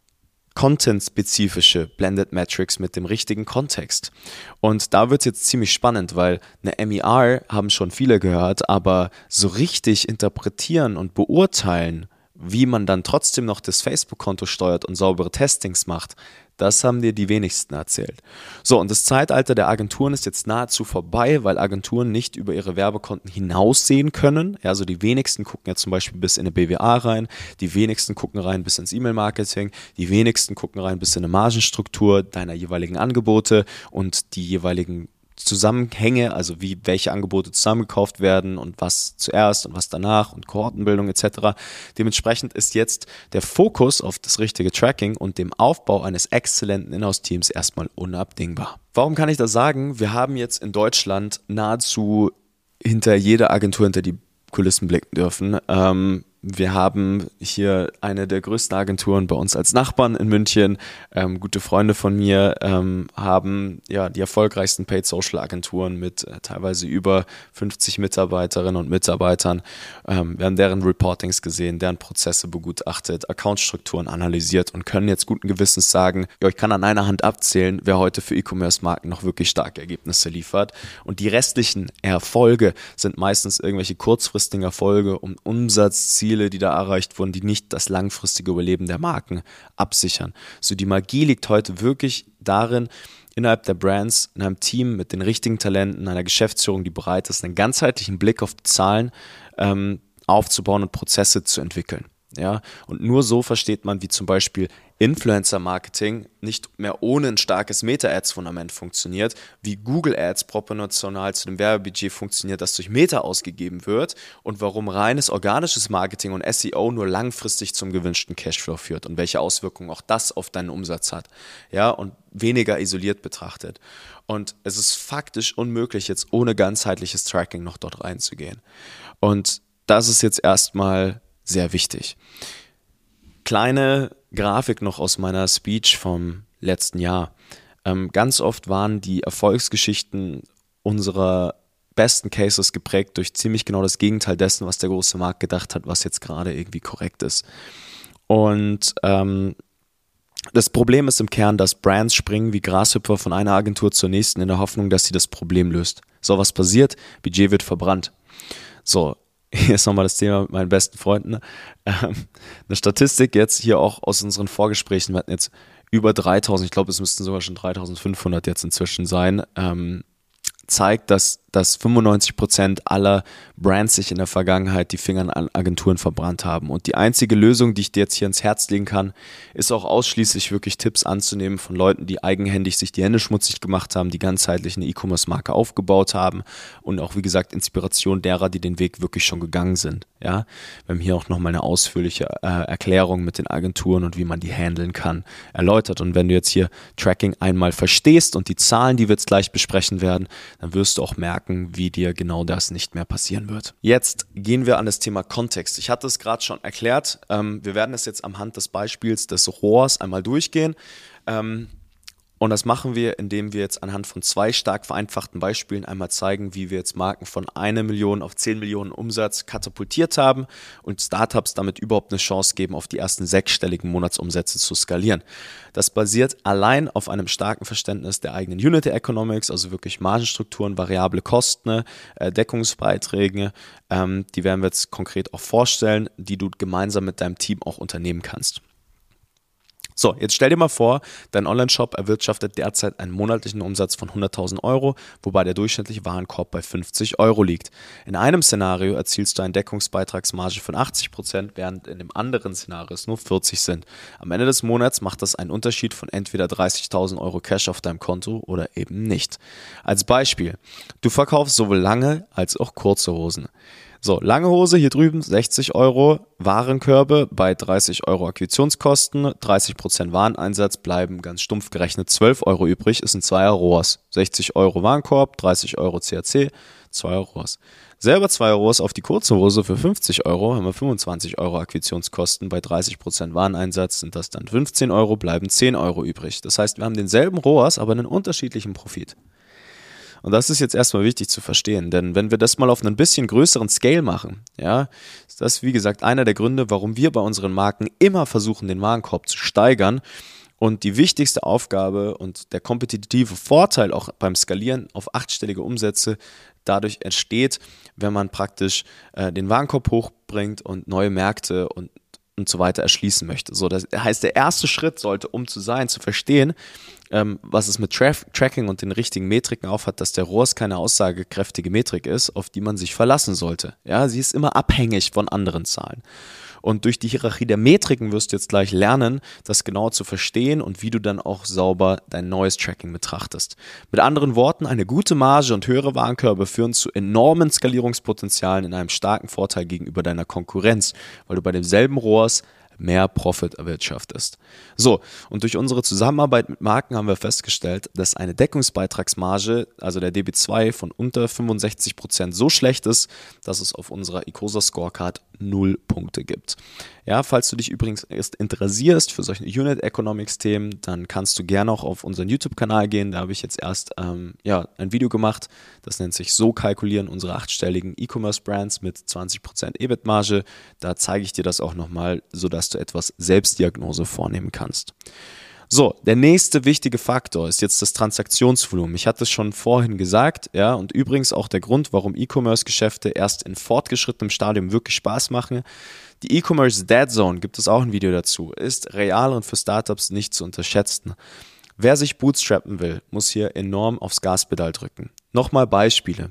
Content-spezifische Blended Metrics mit dem richtigen Kontext. Und da wird es jetzt ziemlich spannend, weil eine M E R haben schon viele gehört, aber so richtig interpretieren und beurteilen, wie man dann trotzdem noch das Facebook-Konto steuert und saubere Testings macht, das haben dir die wenigsten erzählt. So, und das Zeitalter der Agenturen ist jetzt nahezu vorbei, weil Agenturen nicht über ihre Werbekonten hinaussehen können. Ja, also die wenigsten gucken ja zum Beispiel bis in eine B W A rein, die wenigsten gucken rein bis ins E-Mail-Marketing, die wenigsten gucken rein bis in eine Margenstruktur deiner jeweiligen Angebote und die jeweiligen Zusammenhänge, also wie welche Angebote zusammengekauft werden und was zuerst und was danach und Kohortenbildung et cetera. Dementsprechend ist jetzt der Fokus auf das richtige Tracking und dem Aufbau eines exzellenten Inhouse-Teams erstmal unabdingbar. Warum kann ich das sagen? Wir haben jetzt in Deutschland nahezu hinter jeder Agentur hinter die Kulissen blicken dürfen. Ähm, Wir haben hier eine der größten Agenturen bei uns als Nachbarn in München. Ähm, gute Freunde von mir ähm, haben ja die erfolgreichsten Paid-Social-Agenturen mit äh, teilweise über fünfzig Mitarbeiterinnen und Mitarbeitern. Ähm, wir haben deren Reportings gesehen, deren Prozesse begutachtet, Accountstrukturen analysiert und können jetzt guten Gewissens sagen, ja, ich kann an einer Hand abzählen, wer heute für E-Commerce-Marken noch wirklich starke Ergebnisse liefert. Und die restlichen Erfolge sind meistens irgendwelche kurzfristigen Erfolge um Umsatzziele, die da erreicht wurden, die nicht das langfristige Überleben der Marken absichern. So, die Magie liegt heute wirklich darin, innerhalb der Brands, in einem Team mit den richtigen Talenten, einer Geschäftsführung, die bereit ist, einen ganzheitlichen Blick auf die Zahlen ähm, aufzubauen und Prozesse zu entwickeln. Ja, und nur so versteht man, wie zum Beispiel Influencer-Marketing nicht mehr ohne ein starkes Meta-Ads-Fundament funktioniert, wie Google Ads proportional zu dem Werbebudget funktioniert, das durch Meta ausgegeben wird und warum reines organisches Marketing und S E O nur langfristig zum gewünschten Cashflow führt und welche Auswirkungen auch das auf deinen Umsatz hat, ja, und weniger isoliert betrachtet. Und es ist faktisch unmöglich, jetzt ohne ganzheitliches Tracking noch dort reinzugehen. Und das ist jetzt erstmal sehr wichtig. Kleine Grafik noch aus meiner Speech vom letzten Jahr. Ähm, ganz oft waren die Erfolgsgeschichten unserer besten Cases geprägt durch ziemlich genau das Gegenteil dessen, was der große Markt gedacht hat, was jetzt gerade irgendwie korrekt ist. Und ähm, das Problem ist im Kern, dass Brands springen wie Grashüpfer von einer Agentur zur nächsten in der Hoffnung, dass sie das Problem löst. So, was passiert? Budget wird verbrannt. So, hier ist nochmal das Thema mit meinen besten Freunden. Ähm, eine Statistik jetzt hier auch aus unseren Vorgesprächen. Wir hatten jetzt über dreitausend, ich glaube, es müssten sogar schon dreitausendfünfhundert jetzt inzwischen sein, ähm, zeigt, dass, dass fünfundneunzig Prozent aller Brands sich in der Vergangenheit die Finger an Agenturen verbrannt haben. Und die einzige Lösung, die ich dir jetzt hier ins Herz legen kann, ist auch ausschließlich wirklich Tipps anzunehmen von Leuten, die eigenhändig sich die Hände schmutzig gemacht haben, die ganzheitlich eine E-Commerce-Marke aufgebaut haben und auch, wie gesagt, Inspiration derer, die den Weg wirklich schon gegangen sind. Ja, wir haben hier auch nochmal eine ausführliche äh, Erklärung mit den Agenturen und wie man die handeln kann, erläutert. Und wenn du jetzt hier Tracking einmal verstehst und die Zahlen, die wir jetzt gleich besprechen werden, dann wirst du auch merken, wie dir genau das nicht mehr passieren wird. Jetzt gehen wir an das Thema Kontext. Ich hatte es gerade schon erklärt. Ähm, wir werden es jetzt anhand des Beispiels des Rohrs einmal durchgehen. Ähm, Und das machen wir, indem wir jetzt anhand von zwei stark vereinfachten Beispielen einmal zeigen, wie wir jetzt Marken von einer Million auf zehn Millionen Umsatz katapultiert haben und Startups damit überhaupt eine Chance geben, auf die ersten sechsstelligen Monatsumsätze zu skalieren. Das basiert allein auf einem starken Verständnis der eigenen Unit Economics, also wirklich Margenstrukturen, variable Kosten, äh, Deckungsbeiträge. Ähm, die werden wir jetzt konkret auch vorstellen, die du gemeinsam mit deinem Team auch unternehmen kannst. So, jetzt stell dir mal vor, dein Online-Shop erwirtschaftet derzeit einen monatlichen Umsatz von hunderttausend Euro, wobei der durchschnittliche Warenkorb bei fünfzig Euro liegt. In einem Szenario erzielst du eine Deckungsbeitragsmarge von achtzig Prozent, während in dem anderen Szenario es nur vierzig sind. Am Ende des Monats macht das einen Unterschied von entweder dreißigtausend Euro Cash auf deinem Konto oder eben nicht. Als Beispiel, du verkaufst sowohl lange als auch kurze Hosen. So, lange Hose hier drüben, sechzig Euro, Warenkörbe bei dreißig Euro Akquisitionskosten, dreißig Prozent Wareneinsatz, bleiben ganz stumpf gerechnet zwölf Euro übrig, ist ein Zweier Rohrs. sechzig Euro Warenkorb, dreißig Euro C A C, Zweier Rohrs. Selber Zweier Rohrs auf die kurze Hose für fünfzig Euro, haben wir fünfundzwanzig Euro Akquisitionskosten, bei dreißig Prozent Wareneinsatz sind das dann fünfzehn Euro, bleiben zehn Euro übrig. Das heißt, wir haben denselben Rohrs, aber einen unterschiedlichen Profit. Und das ist jetzt erstmal wichtig zu verstehen, denn wenn wir das mal auf einen bisschen größeren Scale machen, ja, ist das, wie gesagt, einer der Gründe, warum wir bei unseren Marken immer versuchen, den Warenkorb zu steigern. Und die wichtigste Aufgabe und der kompetitive Vorteil auch beim Skalieren auf achtstellige Umsätze dadurch entsteht, wenn man praktisch äh, den Warenkorb hochbringt und neue Märkte und und so weiter erschließen möchte. So, das heißt, der erste Schritt sollte, um zu sein, zu verstehen, ähm, was es mit Tra- Tracking und den richtigen Metriken aufhat, dass der R O A S keine aussagekräftige Metrik ist, auf die man sich verlassen sollte. Ja, sie ist immer abhängig von anderen Zahlen. Und durch die Hierarchie der Metriken wirst du jetzt gleich lernen, das genau zu verstehen und wie du dann auch sauber dein neues Tracking betrachtest. Mit anderen Worten, eine gute Marge und höhere Warenkörbe führen zu enormen Skalierungspotenzialen in einem starken Vorteil gegenüber deiner Konkurrenz, weil du bei demselben R O A S mehr Profit erwirtschaftest. So, und durch unsere Zusammenarbeit mit Marken haben wir festgestellt, dass eine Deckungsbeitragsmarge, also der D B zwei von unter fünfundsechzig Prozent so schlecht ist, dass es auf unserer Ecosa Scorecard null Punkte gibt. Ja, falls du dich übrigens erst interessierst für solche Unit Economics Themen, dann kannst du gerne auch auf unseren YouTube-Kanal gehen. Da habe ich jetzt erst ähm, ja, ein Video gemacht, das nennt sich "So kalkulieren unsere achtstelligen E-Commerce-Brands mit zwanzig Prozent E B I T-Marge". Da zeige ich dir das auch nochmal, sodass du etwas Selbstdiagnose vornehmen kannst. So, der nächste wichtige Faktor ist jetzt das Transaktionsvolumen. Ich hatte es schon vorhin gesagt, ja, und übrigens auch der Grund, warum E-Commerce-Geschäfte erst in fortgeschrittenem Stadium wirklich Spaß machen. Die E-Commerce Dead Zone, gibt es auch ein Video dazu, ist real und für Startups nicht zu unterschätzen. Wer sich bootstrappen will, muss hier enorm aufs Gaspedal drücken. Nochmal Beispiele.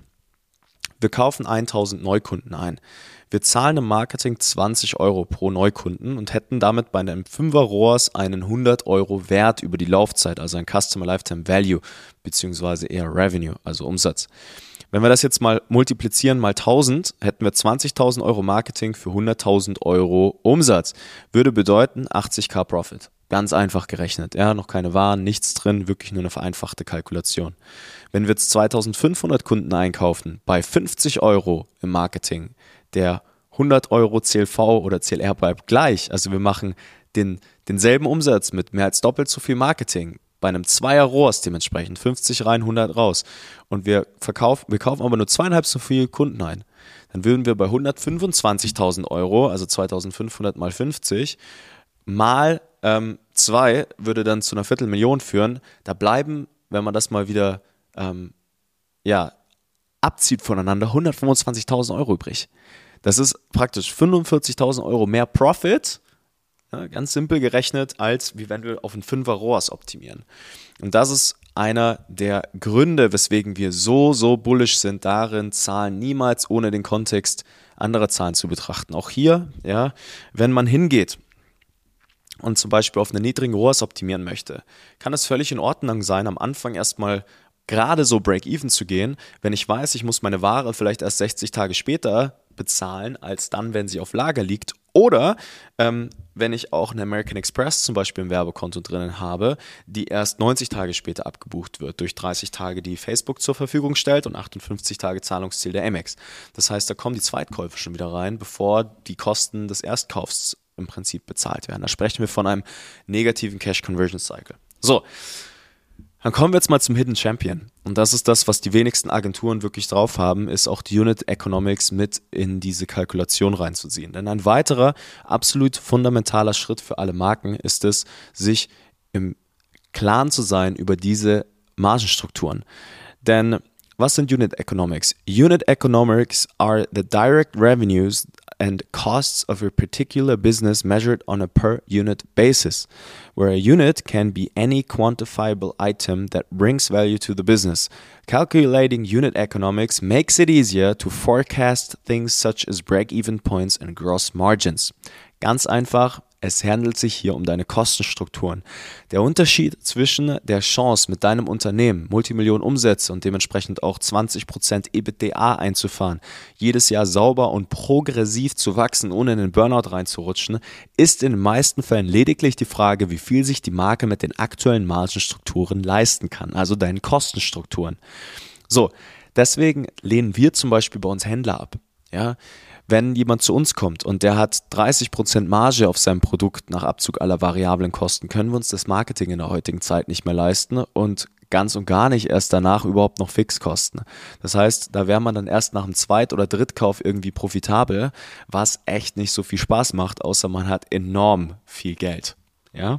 Wir kaufen tausend Neukunden ein. Wir zahlen im Marketing zwanzig Euro pro Neukunden und hätten damit bei einem Fünfer R O A S einen hundert Euro Wert über die Laufzeit, also ein Customer Lifetime Value, beziehungsweise eher Revenue, also Umsatz. Wenn wir das jetzt mal multiplizieren mal tausend, hätten wir zwanzigtausend Euro Marketing für hunderttausend Euro Umsatz. Würde bedeuten achtzigtausend Profit. Ganz einfach gerechnet. Ja, noch keine Waren, nichts drin, wirklich nur eine vereinfachte Kalkulation. Wenn wir jetzt zweitausendfünfhundert Kunden einkaufen, bei fünfzig Euro im Marketing, der hundert Euro C L V oder C L R bleibt gleich. Also wir machen den, denselben Umsatz mit mehr als doppelt so viel Marketing. Bei einem Zweier R O A S dementsprechend, fünfzig rein, hundert raus. Und wir verkaufen, wir kaufen aber nur zweieinhalb so viele Kunden ein. Dann würden wir bei hundertfünfundzwanzigtausend Euro, also zweitausendfünfhundert mal fünfzig, mal ähm, zwei würde dann zu einer Viertelmillion führen. Da bleiben, wenn man das mal wieder ähm, ja, abzieht voneinander, hundertfünfundzwanzigtausend Euro übrig. Das ist praktisch fünfundvierzigtausend Euro mehr Profit, ja, ganz simpel gerechnet, als wie wenn wir auf einen Fünfer R O A S optimieren. Und das ist einer der Gründe, weswegen wir so, so bullish sind, darin, Zahlen niemals ohne den Kontext anderer Zahlen zu betrachten. Auch hier, ja, wenn man hingeht und zum Beispiel auf einen niedrigen R O A S optimieren möchte, kann es völlig in Ordnung sein, am Anfang erstmal gerade so Break-Even zu gehen, wenn ich weiß, ich muss meine Ware vielleicht erst sechzig Tage später bezahlen, als dann, wenn sie auf Lager liegt. Oder ähm, wenn ich auch einen American Express zum Beispiel im Werbekonto drinnen habe, die erst neunzig Tage später abgebucht wird, durch dreißig Tage, die Facebook zur Verfügung stellt und achtundfünfzig Tage Zahlungsziel der Amex. Das heißt, da kommen die Zweitkäufe schon wieder rein, bevor die Kosten des Erstkaufs im Prinzip bezahlt werden. Da sprechen wir von einem negativen Cash Conversion Cycle. So, dann kommen wir jetzt mal zum Hidden Champion. Und das ist das, was die wenigsten Agenturen wirklich drauf haben, ist auch die Unit Economics mit in diese Kalkulation reinzuziehen. Denn ein weiterer absolut fundamentaler Schritt für alle Marken ist es, sich im Klaren zu sein über diese Margenstrukturen. Denn was sind Unit Economics? Unit Economics are the direct revenues and costs of a particular business measured on a per unit basis, where a unit can be any quantifiable item that brings value to the business. Calculating unit economics makes it easier to forecast things such as break-even points and gross margins. Ganz einfach, es handelt sich hier um deine Kostenstrukturen. Der Unterschied zwischen der Chance mit deinem Unternehmen, Multimillionen Umsätze und dementsprechend auch zwanzig Prozent EBITDA einzufahren, jedes Jahr sauber und progressiv zu wachsen, ohne in den Burnout reinzurutschen, ist in den meisten Fällen lediglich die Frage, wie viel sich die Marke mit den aktuellen Margenstrukturen leisten kann, also deinen Kostenstrukturen. So, deswegen lehnen wir zum Beispiel bei uns Händler ab. Ja, wenn jemand zu uns kommt und der hat dreißig Prozent Marge auf seinem Produkt nach Abzug aller variablen Kosten, können wir uns das Marketing in der heutigen Zeit nicht mehr leisten und ganz und gar nicht erst danach überhaupt noch Fixkosten. Das heißt, da wäre man dann erst nach dem Zweit- oder Drittkauf irgendwie profitabel, was echt nicht so viel Spaß macht, außer man hat enorm viel Geld. Ja?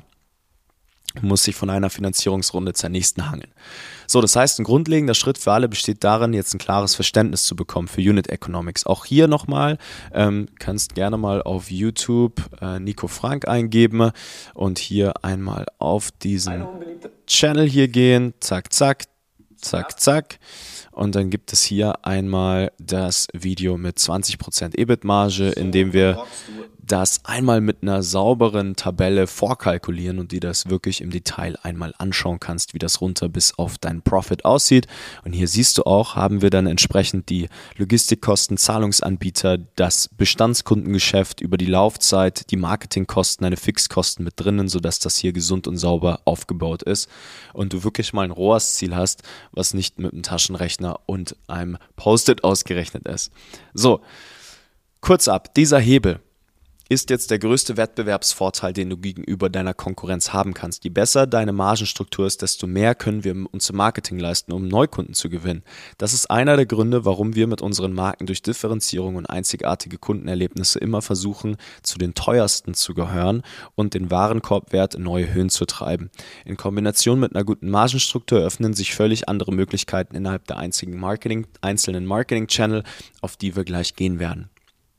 Muss sich von einer Finanzierungsrunde zur nächsten hangeln. So, das heißt, ein grundlegender Schritt für alle besteht darin, jetzt ein klares Verständnis zu bekommen für Unit Economics. Auch hier nochmal, ähm, kannst gerne mal auf YouTube äh, Nico Frank eingeben und hier einmal auf diesen Channel hier gehen, zack, zack, zack, zack. Und dann gibt es hier einmal das Video mit zwanzig Prozent E B I T-Marge, in dem wir das einmal mit einer sauberen Tabelle vorkalkulieren und die das wirklich im Detail einmal anschauen kannst, wie das runter bis auf deinen Profit aussieht. Und hier siehst du auch, haben wir dann entsprechend die Logistikkosten, Zahlungsanbieter, das Bestandskundengeschäft über die Laufzeit, die Marketingkosten, eine Fixkosten mit drinnen, sodass das hier gesund und sauber aufgebaut ist und du wirklich mal ein R O A S-Ziel hast, was nicht mit einem Taschenrechner und einem Post-it ausgerechnet ist. So, kurz ab, dieser Hebel ist jetzt der größte Wettbewerbsvorteil, den du gegenüber deiner Konkurrenz haben kannst. Je besser deine Margenstruktur ist, desto mehr können wir uns im Marketing leisten, um Neukunden zu gewinnen. Das ist einer der Gründe, warum wir mit unseren Marken durch Differenzierung und einzigartige Kundenerlebnisse immer versuchen, zu den teuersten zu gehören und den Warenkorbwert in neue Höhen zu treiben. In Kombination mit einer guten Margenstruktur öffnen sich völlig andere Möglichkeiten innerhalb der einzigen Marketing, einzelnen Marketing-Channel, auf die wir gleich gehen werden.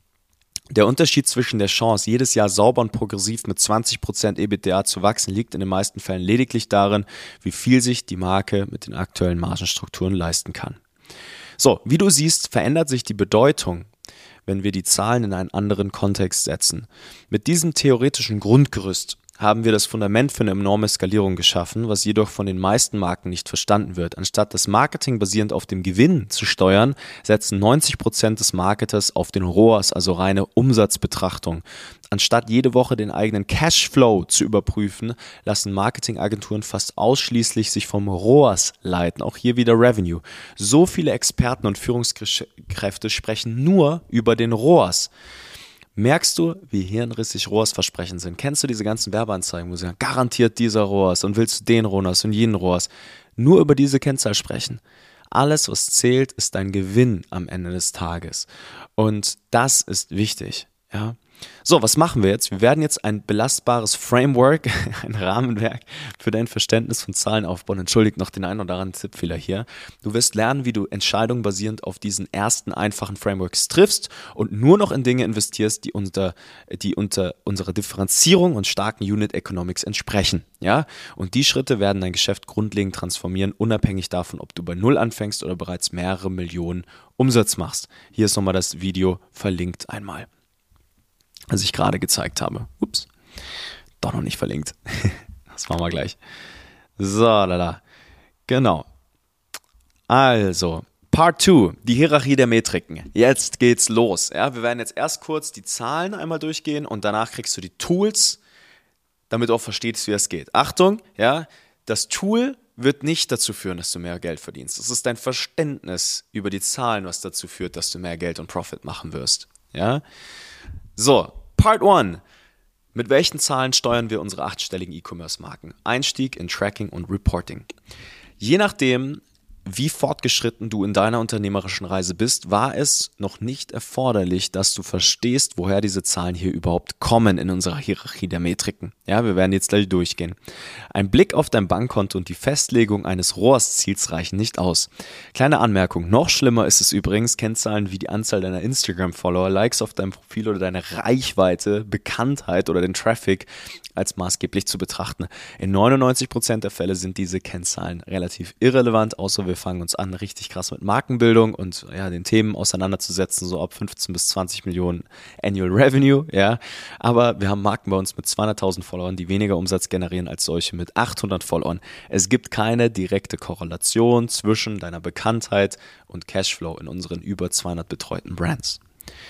Der Unterschied zwischen der Chance, jedes Jahr sauber und progressiv mit zwanzig Prozent EBITDA zu wachsen, liegt in den meisten Fällen lediglich darin, wie viel sich die Marke mit den aktuellen Margenstrukturen leisten kann. So, wie du siehst, verändert sich die Bedeutung, wenn wir die Zahlen in einen anderen Kontext setzen. Mit diesem theoretischen Grundgerüst haben wir das Fundament für eine enorme Skalierung geschaffen, was jedoch von den meisten Marken nicht verstanden wird. Anstatt das Marketing basierend auf dem Gewinn zu steuern, setzen neunzig Prozent des Marketers auf den R O A S, also reine Umsatzbetrachtung. Anstatt jede Woche den eigenen Cashflow zu überprüfen, lassen Marketingagenturen fast ausschließlich sich vom R O A S leiten. Auch hier wieder Revenue. So viele Experten und Führungskräfte sprechen nur über den R O A S. Merkst du, wie hirnrissig R O A S-Versprechen sind? Kennst du diese ganzen Werbeanzeigen, wo sie sagen, garantiert dieser R O A S und willst du den R O A S und jenen R O A S? Nur über diese Kennzahl sprechen. Alles, was zählt, ist dein Gewinn am Ende des Tages. Und das ist wichtig. Ja? So, was machen wir jetzt? Wir werden jetzt ein belastbares Framework, ein Rahmenwerk für dein Verständnis von Zahlen aufbauen. Entschuldigt noch den einen oder anderen Tippfehler hier. Du wirst lernen, wie du Entscheidungen basierend auf diesen ersten einfachen Frameworks triffst und nur noch in Dinge investierst, die unter, die unter unserer Differenzierung und starken Unit Economics entsprechen. Ja? Und die Schritte werden dein Geschäft grundlegend transformieren, unabhängig davon, ob du bei Null anfängst oder bereits mehrere Millionen Umsatz machst. Hier ist nochmal das Video verlinkt einmal, was ich gerade gezeigt habe. Ups, doch noch nicht verlinkt. Das machen wir gleich. So, lala. Genau. Also, Part zwei, die Hierarchie der Metriken. Jetzt geht's los. Ja, wir werden jetzt erst kurz die Zahlen einmal durchgehen und danach kriegst du die Tools, damit du auch verstehst, wie es geht. Achtung, ja, das Tool wird nicht dazu führen, dass du mehr Geld verdienst. Es ist dein Verständnis über die Zahlen, was dazu führt, dass du mehr Geld und Profit machen wirst. Ja. So, Part eins. Mit welchen Zahlen steuern wir unsere achtstelligen E-Commerce-Marken? Einstieg in Tracking und Reporting. Je nachdem, wie fortgeschritten du in deiner unternehmerischen Reise bist, war es noch nicht erforderlich, dass du verstehst, woher diese Zahlen hier überhaupt kommen in unserer Hierarchie der Metriken. Ja, wir werden jetzt gleich durchgehen. Ein Blick auf dein Bankkonto und die Festlegung eines R O A S-Ziels reichen nicht aus. Kleine Anmerkung, noch schlimmer ist es übrigens, Kennzahlen wie die Anzahl deiner Instagram-Follower, Likes auf deinem Profil oder deine Reichweite, Bekanntheit oder den Traffic als maßgeblich zu betrachten. In neunundneunzig Prozent der Fälle sind diese Kennzahlen relativ irrelevant, außer wir fangen uns an, richtig krass mit Markenbildung und ja, den Themen auseinanderzusetzen, so ab fünfzehn bis zwanzig Millionen Annual Revenue, ja. Aber wir haben Marken bei uns mit zweihunderttausend Followern, die weniger Umsatz generieren als solche mit achthundert Followern. Es gibt keine direkte Korrelation zwischen deiner Bekanntheit und Cashflow in unseren über zweihundert betreuten Brands.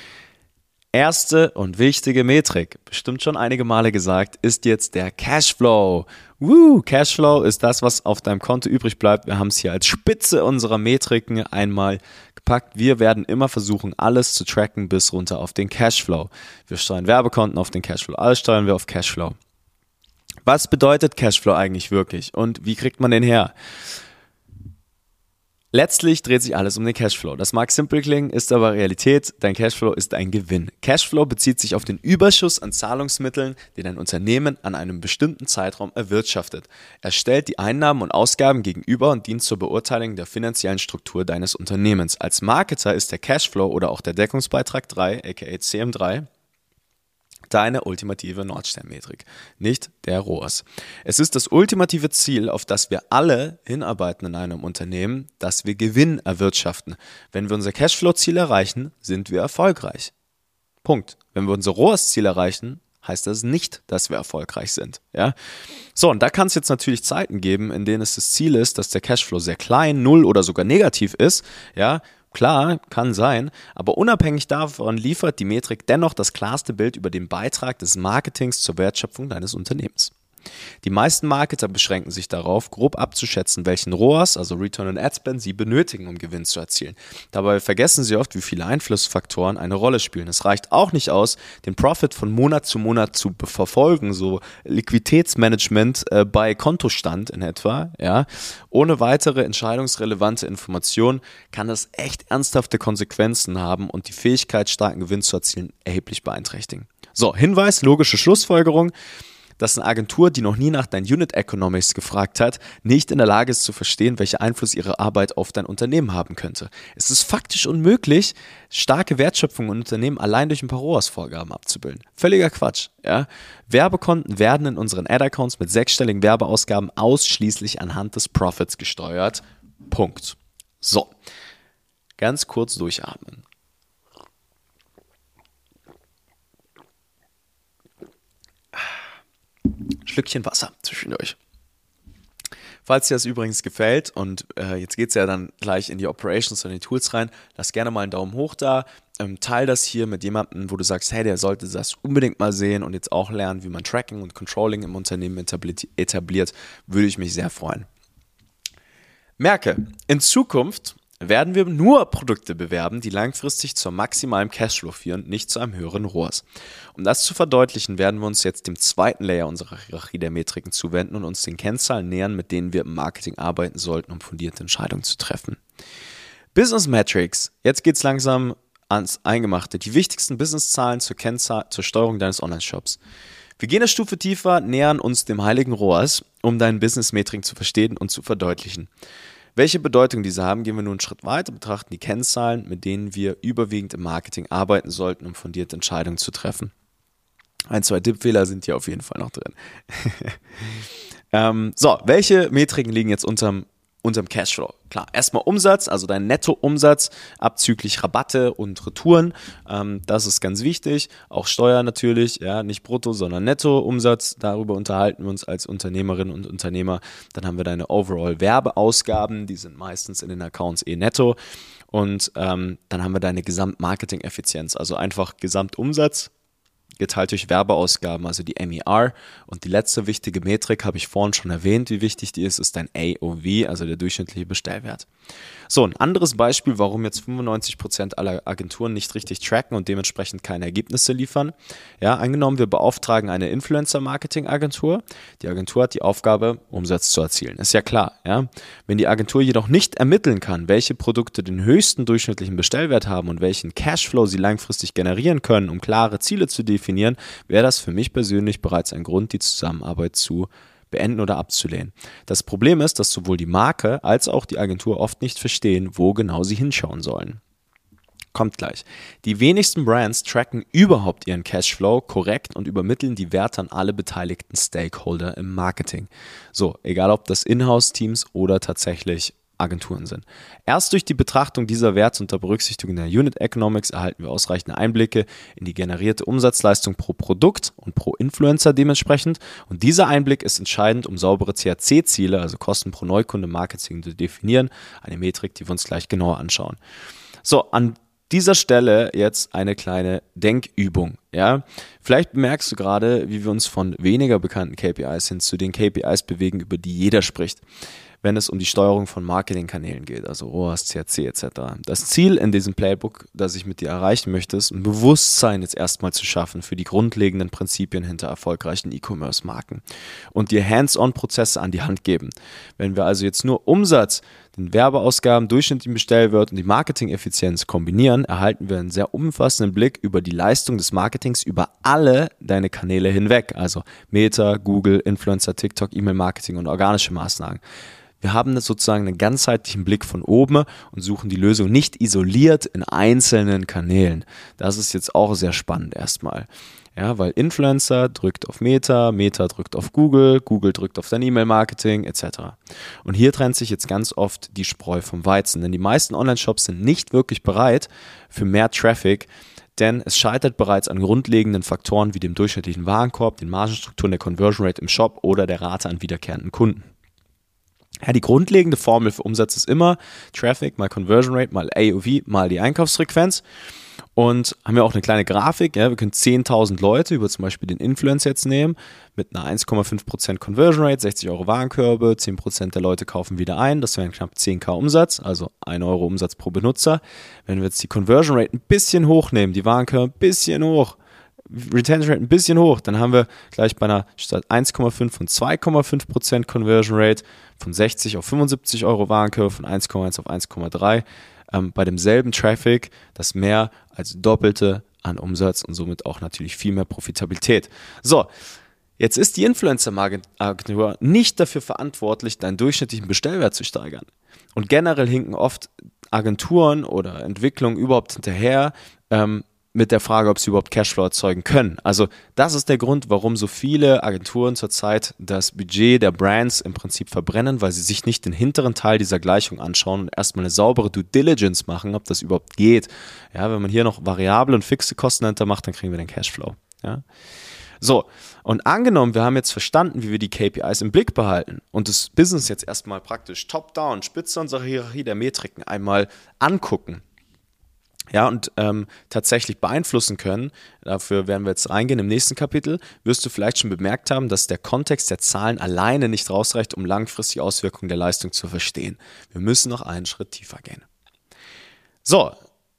Erste und wichtige Metrik, bestimmt schon einige Male gesagt, ist jetzt der Cashflow. Woo, Cashflow ist das, was auf deinem Konto übrig bleibt. Wir haben es hier als Spitze unserer Metriken einmal gepackt. Wir werden immer versuchen, alles zu tracken bis runter auf den Cashflow. Wir steuern Werbekonten auf den Cashflow, alles steuern wir auf Cashflow. Was bedeutet Cashflow eigentlich wirklich und wie kriegt man den her? Letztlich dreht sich alles um den Cashflow. Das mag simpel klingen, ist aber Realität. Dein Cashflow ist ein Gewinn. Cashflow bezieht sich auf den Überschuss an Zahlungsmitteln, den dein Unternehmen an einem bestimmten Zeitraum erwirtschaftet. Er stellt die Einnahmen und Ausgaben gegenüber und dient zur Beurteilung der finanziellen Struktur deines Unternehmens. Als Marketer ist der Cashflow oder auch der Deckungsbeitrag drei, aka C M drei, deine ultimative Nordsternmetrik, nicht der R O A S. Es ist das ultimative Ziel, auf das wir alle hinarbeiten in einem Unternehmen, dass wir Gewinn erwirtschaften. Wenn wir unser Cashflow-Ziel erreichen, sind wir erfolgreich. Punkt. Wenn wir unser R O A S-Ziel erreichen, heißt das nicht, dass wir erfolgreich sind. Ja? So, und da kann es jetzt natürlich Zeiten geben, in denen es das Ziel ist, dass der Cashflow sehr klein, null oder sogar negativ ist, ja. Klar, kann sein, aber unabhängig davon liefert die Metrik dennoch das klarste Bild über den Beitrag des Marketings zur Wertschöpfung deines Unternehmens. Die meisten Marketer beschränken sich darauf, grob abzuschätzen, welchen R O A S, also Return on Ad Spend, sie benötigen, um Gewinn zu erzielen. Dabei vergessen sie oft, wie viele Einflussfaktoren eine Rolle spielen. Es reicht auch nicht aus, den Profit von Monat zu Monat zu verfolgen, so Liquiditätsmanagement äh, bei Kontostand in etwa. Ja. Ohne weitere entscheidungsrelevante Informationen kann das echt ernsthafte Konsequenzen haben und die Fähigkeit, starken Gewinn zu erzielen, erheblich beeinträchtigen. So, Hinweis, logische Schlussfolgerung, dass eine Agentur, die noch nie nach deinen Unit Economics gefragt hat, nicht in der Lage ist zu verstehen, welchen Einfluss ihre Arbeit auf dein Unternehmen haben könnte. Es ist faktisch unmöglich, starke Wertschöpfung in Unternehmen allein durch ein paar R O A S-Vorgaben abzubilden. Völliger Quatsch. Ja? Werbekonten werden in unseren Ad-Accounts mit sechsstelligen Werbeausgaben ausschließlich anhand des Profits gesteuert. Punkt. So, ganz kurz durchatmen. Schlückchen Wasser zwischendurch. Falls dir das übrigens gefällt und äh, jetzt geht es ja dann gleich in die Operations und die Tools rein, lass gerne mal einen Daumen hoch da, ähm, teil das hier mit jemandem, wo du sagst, hey, der sollte das unbedingt mal sehen und jetzt auch lernen, wie man Tracking und Controlling im Unternehmen etabliert, würde ich mich sehr freuen. Merke, in Zukunft werden wir nur Produkte bewerben, die langfristig zur maximalen Cashflow führen, nicht zu einem höheren R O A S. Um das zu verdeutlichen, werden wir uns jetzt dem zweiten Layer unserer Hierarchie der Metriken zuwenden und uns den Kennzahlen nähern, mit denen wir im Marketing arbeiten sollten, um fundierte Entscheidungen zu treffen. Business Metrics. Jetzt geht es langsam ans Eingemachte. Die wichtigsten Businesszahlen zur, Kennzahl, zur Steuerung deines Online-Shops. Wir gehen eine Stufe tiefer, nähern uns dem heiligen ROAS, um deinen Business-Metriken zu verstehen und zu verdeutlichen. Welche Bedeutung diese haben, gehen wir nun einen Schritt weiter, betrachten die Kennzahlen, mit denen wir überwiegend im Marketing arbeiten sollten, um fundierte Entscheidungen zu treffen. Ein, zwei Tippfehler sind hier auf jeden Fall noch drin. ähm, so, welche Metriken liegen jetzt unterm unterm Cashflow? Klar, erstmal Umsatz, also dein Nettoumsatz abzüglich Rabatte und Retouren. Ähm, das ist ganz wichtig. Auch Steuer natürlich, ja, nicht Brutto, sondern Nettoumsatz. Darüber unterhalten wir uns als Unternehmerinnen und Unternehmer. Dann haben wir deine Overall-Werbeausgaben, die sind meistens in den Accounts eh netto. Und ähm, dann haben wir deine Gesamt-Marketing-Effizienz, also einfach Gesamtumsatz geteilt durch Werbeausgaben, also die M E R. Und die letzte wichtige Metrik, habe ich vorhin schon erwähnt, wie wichtig die ist, ist dein A O V, also der durchschnittliche Bestellwert. So, ein anderes Beispiel, warum jetzt fünfundneunzig Prozent aller Agenturen nicht richtig tracken und dementsprechend keine Ergebnisse liefern. Ja, angenommen, wir beauftragen eine Influencer-Marketing-Agentur. Die Agentur hat die Aufgabe, Umsatz zu erzielen. Ist ja klar, ja. Wenn die Agentur jedoch nicht ermitteln kann, welche Produkte den höchsten durchschnittlichen Bestellwert haben und welchen Cashflow sie langfristig generieren können, um klare Ziele zu definieren, wäre das für mich persönlich bereits ein Grund, die Zusammenarbeit zu beenden oder abzulehnen. Das Problem ist, dass sowohl die Marke als auch die Agentur oft nicht verstehen, wo genau sie hinschauen sollen. Kommt gleich. Die wenigsten Brands tracken überhaupt ihren Cashflow korrekt und übermitteln die Werte an alle beteiligten Stakeholder im Marketing. So, egal ob das Inhouse-Teams oder tatsächlich Agenturen sind. Erst durch die Betrachtung dieser Werte unter Berücksichtigung der Unit Economics erhalten wir ausreichende Einblicke in die generierte Umsatzleistung pro Produkt und pro Influencer dementsprechend. Und dieser Einblick ist entscheidend, um saubere C A C-Ziele, also Kosten pro Neukunde Marketing, zu definieren. Eine Metrik, die wir uns gleich genauer anschauen. So, an dieser Stelle jetzt eine kleine Denkübung. Ja? Vielleicht bemerkst du gerade, wie wir uns von weniger bekannten K P Is hin zu den K P Is bewegen, über die jeder spricht, wenn es um die Steuerung von Marketingkanälen geht, also ROAS, C A C et cetera. Das Ziel in diesem Playbook, das ich mit dir erreichen möchte, ist, ein Bewusstsein jetzt erstmal zu schaffen für die grundlegenden Prinzipien hinter erfolgreichen E-Commerce-Marken und dir Hands-on-Prozesse an die Hand geben. Wenn wir also jetzt nur Umsatz, den Werbeausgaben, durchschnittlichen Bestellwert und die Marketing-Effizienz kombinieren, erhalten wir einen sehr umfassenden Blick über die Leistung des Marketings über alle deine Kanäle hinweg, also Meta, Google, Influencer, TikTok, E-Mail-Marketing und organische Maßnahmen. Wir haben sozusagen einen ganzheitlichen Blick von oben und suchen die Lösung nicht isoliert in einzelnen Kanälen. Das ist jetzt auch sehr spannend erstmal. Ja, weil Influencer drückt auf Meta, Meta drückt auf Google, Google drückt auf dein E-Mail-Marketing et cetera. Und hier trennt sich jetzt ganz oft die Spreu vom Weizen, denn die meisten Online-Shops sind nicht wirklich bereit für mehr Traffic, denn es scheitert bereits an grundlegenden Faktoren wie dem durchschnittlichen Warenkorb, den Margenstrukturen, der Conversion Rate im Shop oder der Rate an wiederkehrenden Kunden. Ja, die grundlegende Formel für Umsatz ist immer Traffic mal Conversion Rate mal A O V mal die Einkaufsfrequenz. Und haben wir auch eine kleine Grafik. Ja, wir können zehntausend Leute über zum Beispiel den Influencer jetzt nehmen mit einer eins Komma fünf Prozent Conversion Rate, sechzig Euro Warenkörbe, zehn Prozent der Leute kaufen wieder ein. Das wären knapp zehntausend Umsatz, also ein Euro Umsatz pro Benutzer. Wenn wir jetzt die Conversion Rate ein bisschen hochnehmen, die Warenkörbe ein bisschen hoch, Retention Rate ein bisschen hoch, dann haben wir gleich bei einer statt eins Komma fünf und zwei Komma fünf Prozent Conversion Rate von sechzig auf fünfundsiebzig Euro Warenkörbe, von eins Komma eins auf eins Komma drei. Ähm, bei demselben Traffic das mehr als Doppelte an Umsatz und somit auch natürlich viel mehr Profitabilität. So, jetzt ist die Influencer-Agentur nicht dafür verantwortlich, deinen durchschnittlichen Bestellwert zu steigern. Und generell hinken oft Agenturen oder Entwicklungen überhaupt hinterher, ähm, mit der Frage, ob sie überhaupt Cashflow erzeugen können. Also das ist der Grund, warum so viele Agenturen zurzeit das Budget der Brands im Prinzip verbrennen, weil sie sich nicht den hinteren Teil dieser Gleichung anschauen und erstmal eine saubere Due Diligence machen, ob das überhaupt geht. Ja, wenn man hier noch variable und fixe Kosten dahinter macht, dann kriegen wir den Cashflow. Ja. So, und angenommen, wir haben jetzt verstanden, wie wir die K P Is im Blick behalten und das Business jetzt erstmal praktisch top-down, Spitze unserer Hierarchie der Metriken einmal angucken. Ja, und ähm, tatsächlich beeinflussen können, dafür werden wir jetzt reingehen im nächsten Kapitel, wirst du vielleicht schon bemerkt haben, dass der Kontext der Zahlen alleine nicht rausreicht, um langfristig Auswirkungen der Leistung zu verstehen. Wir müssen noch einen Schritt tiefer gehen. So,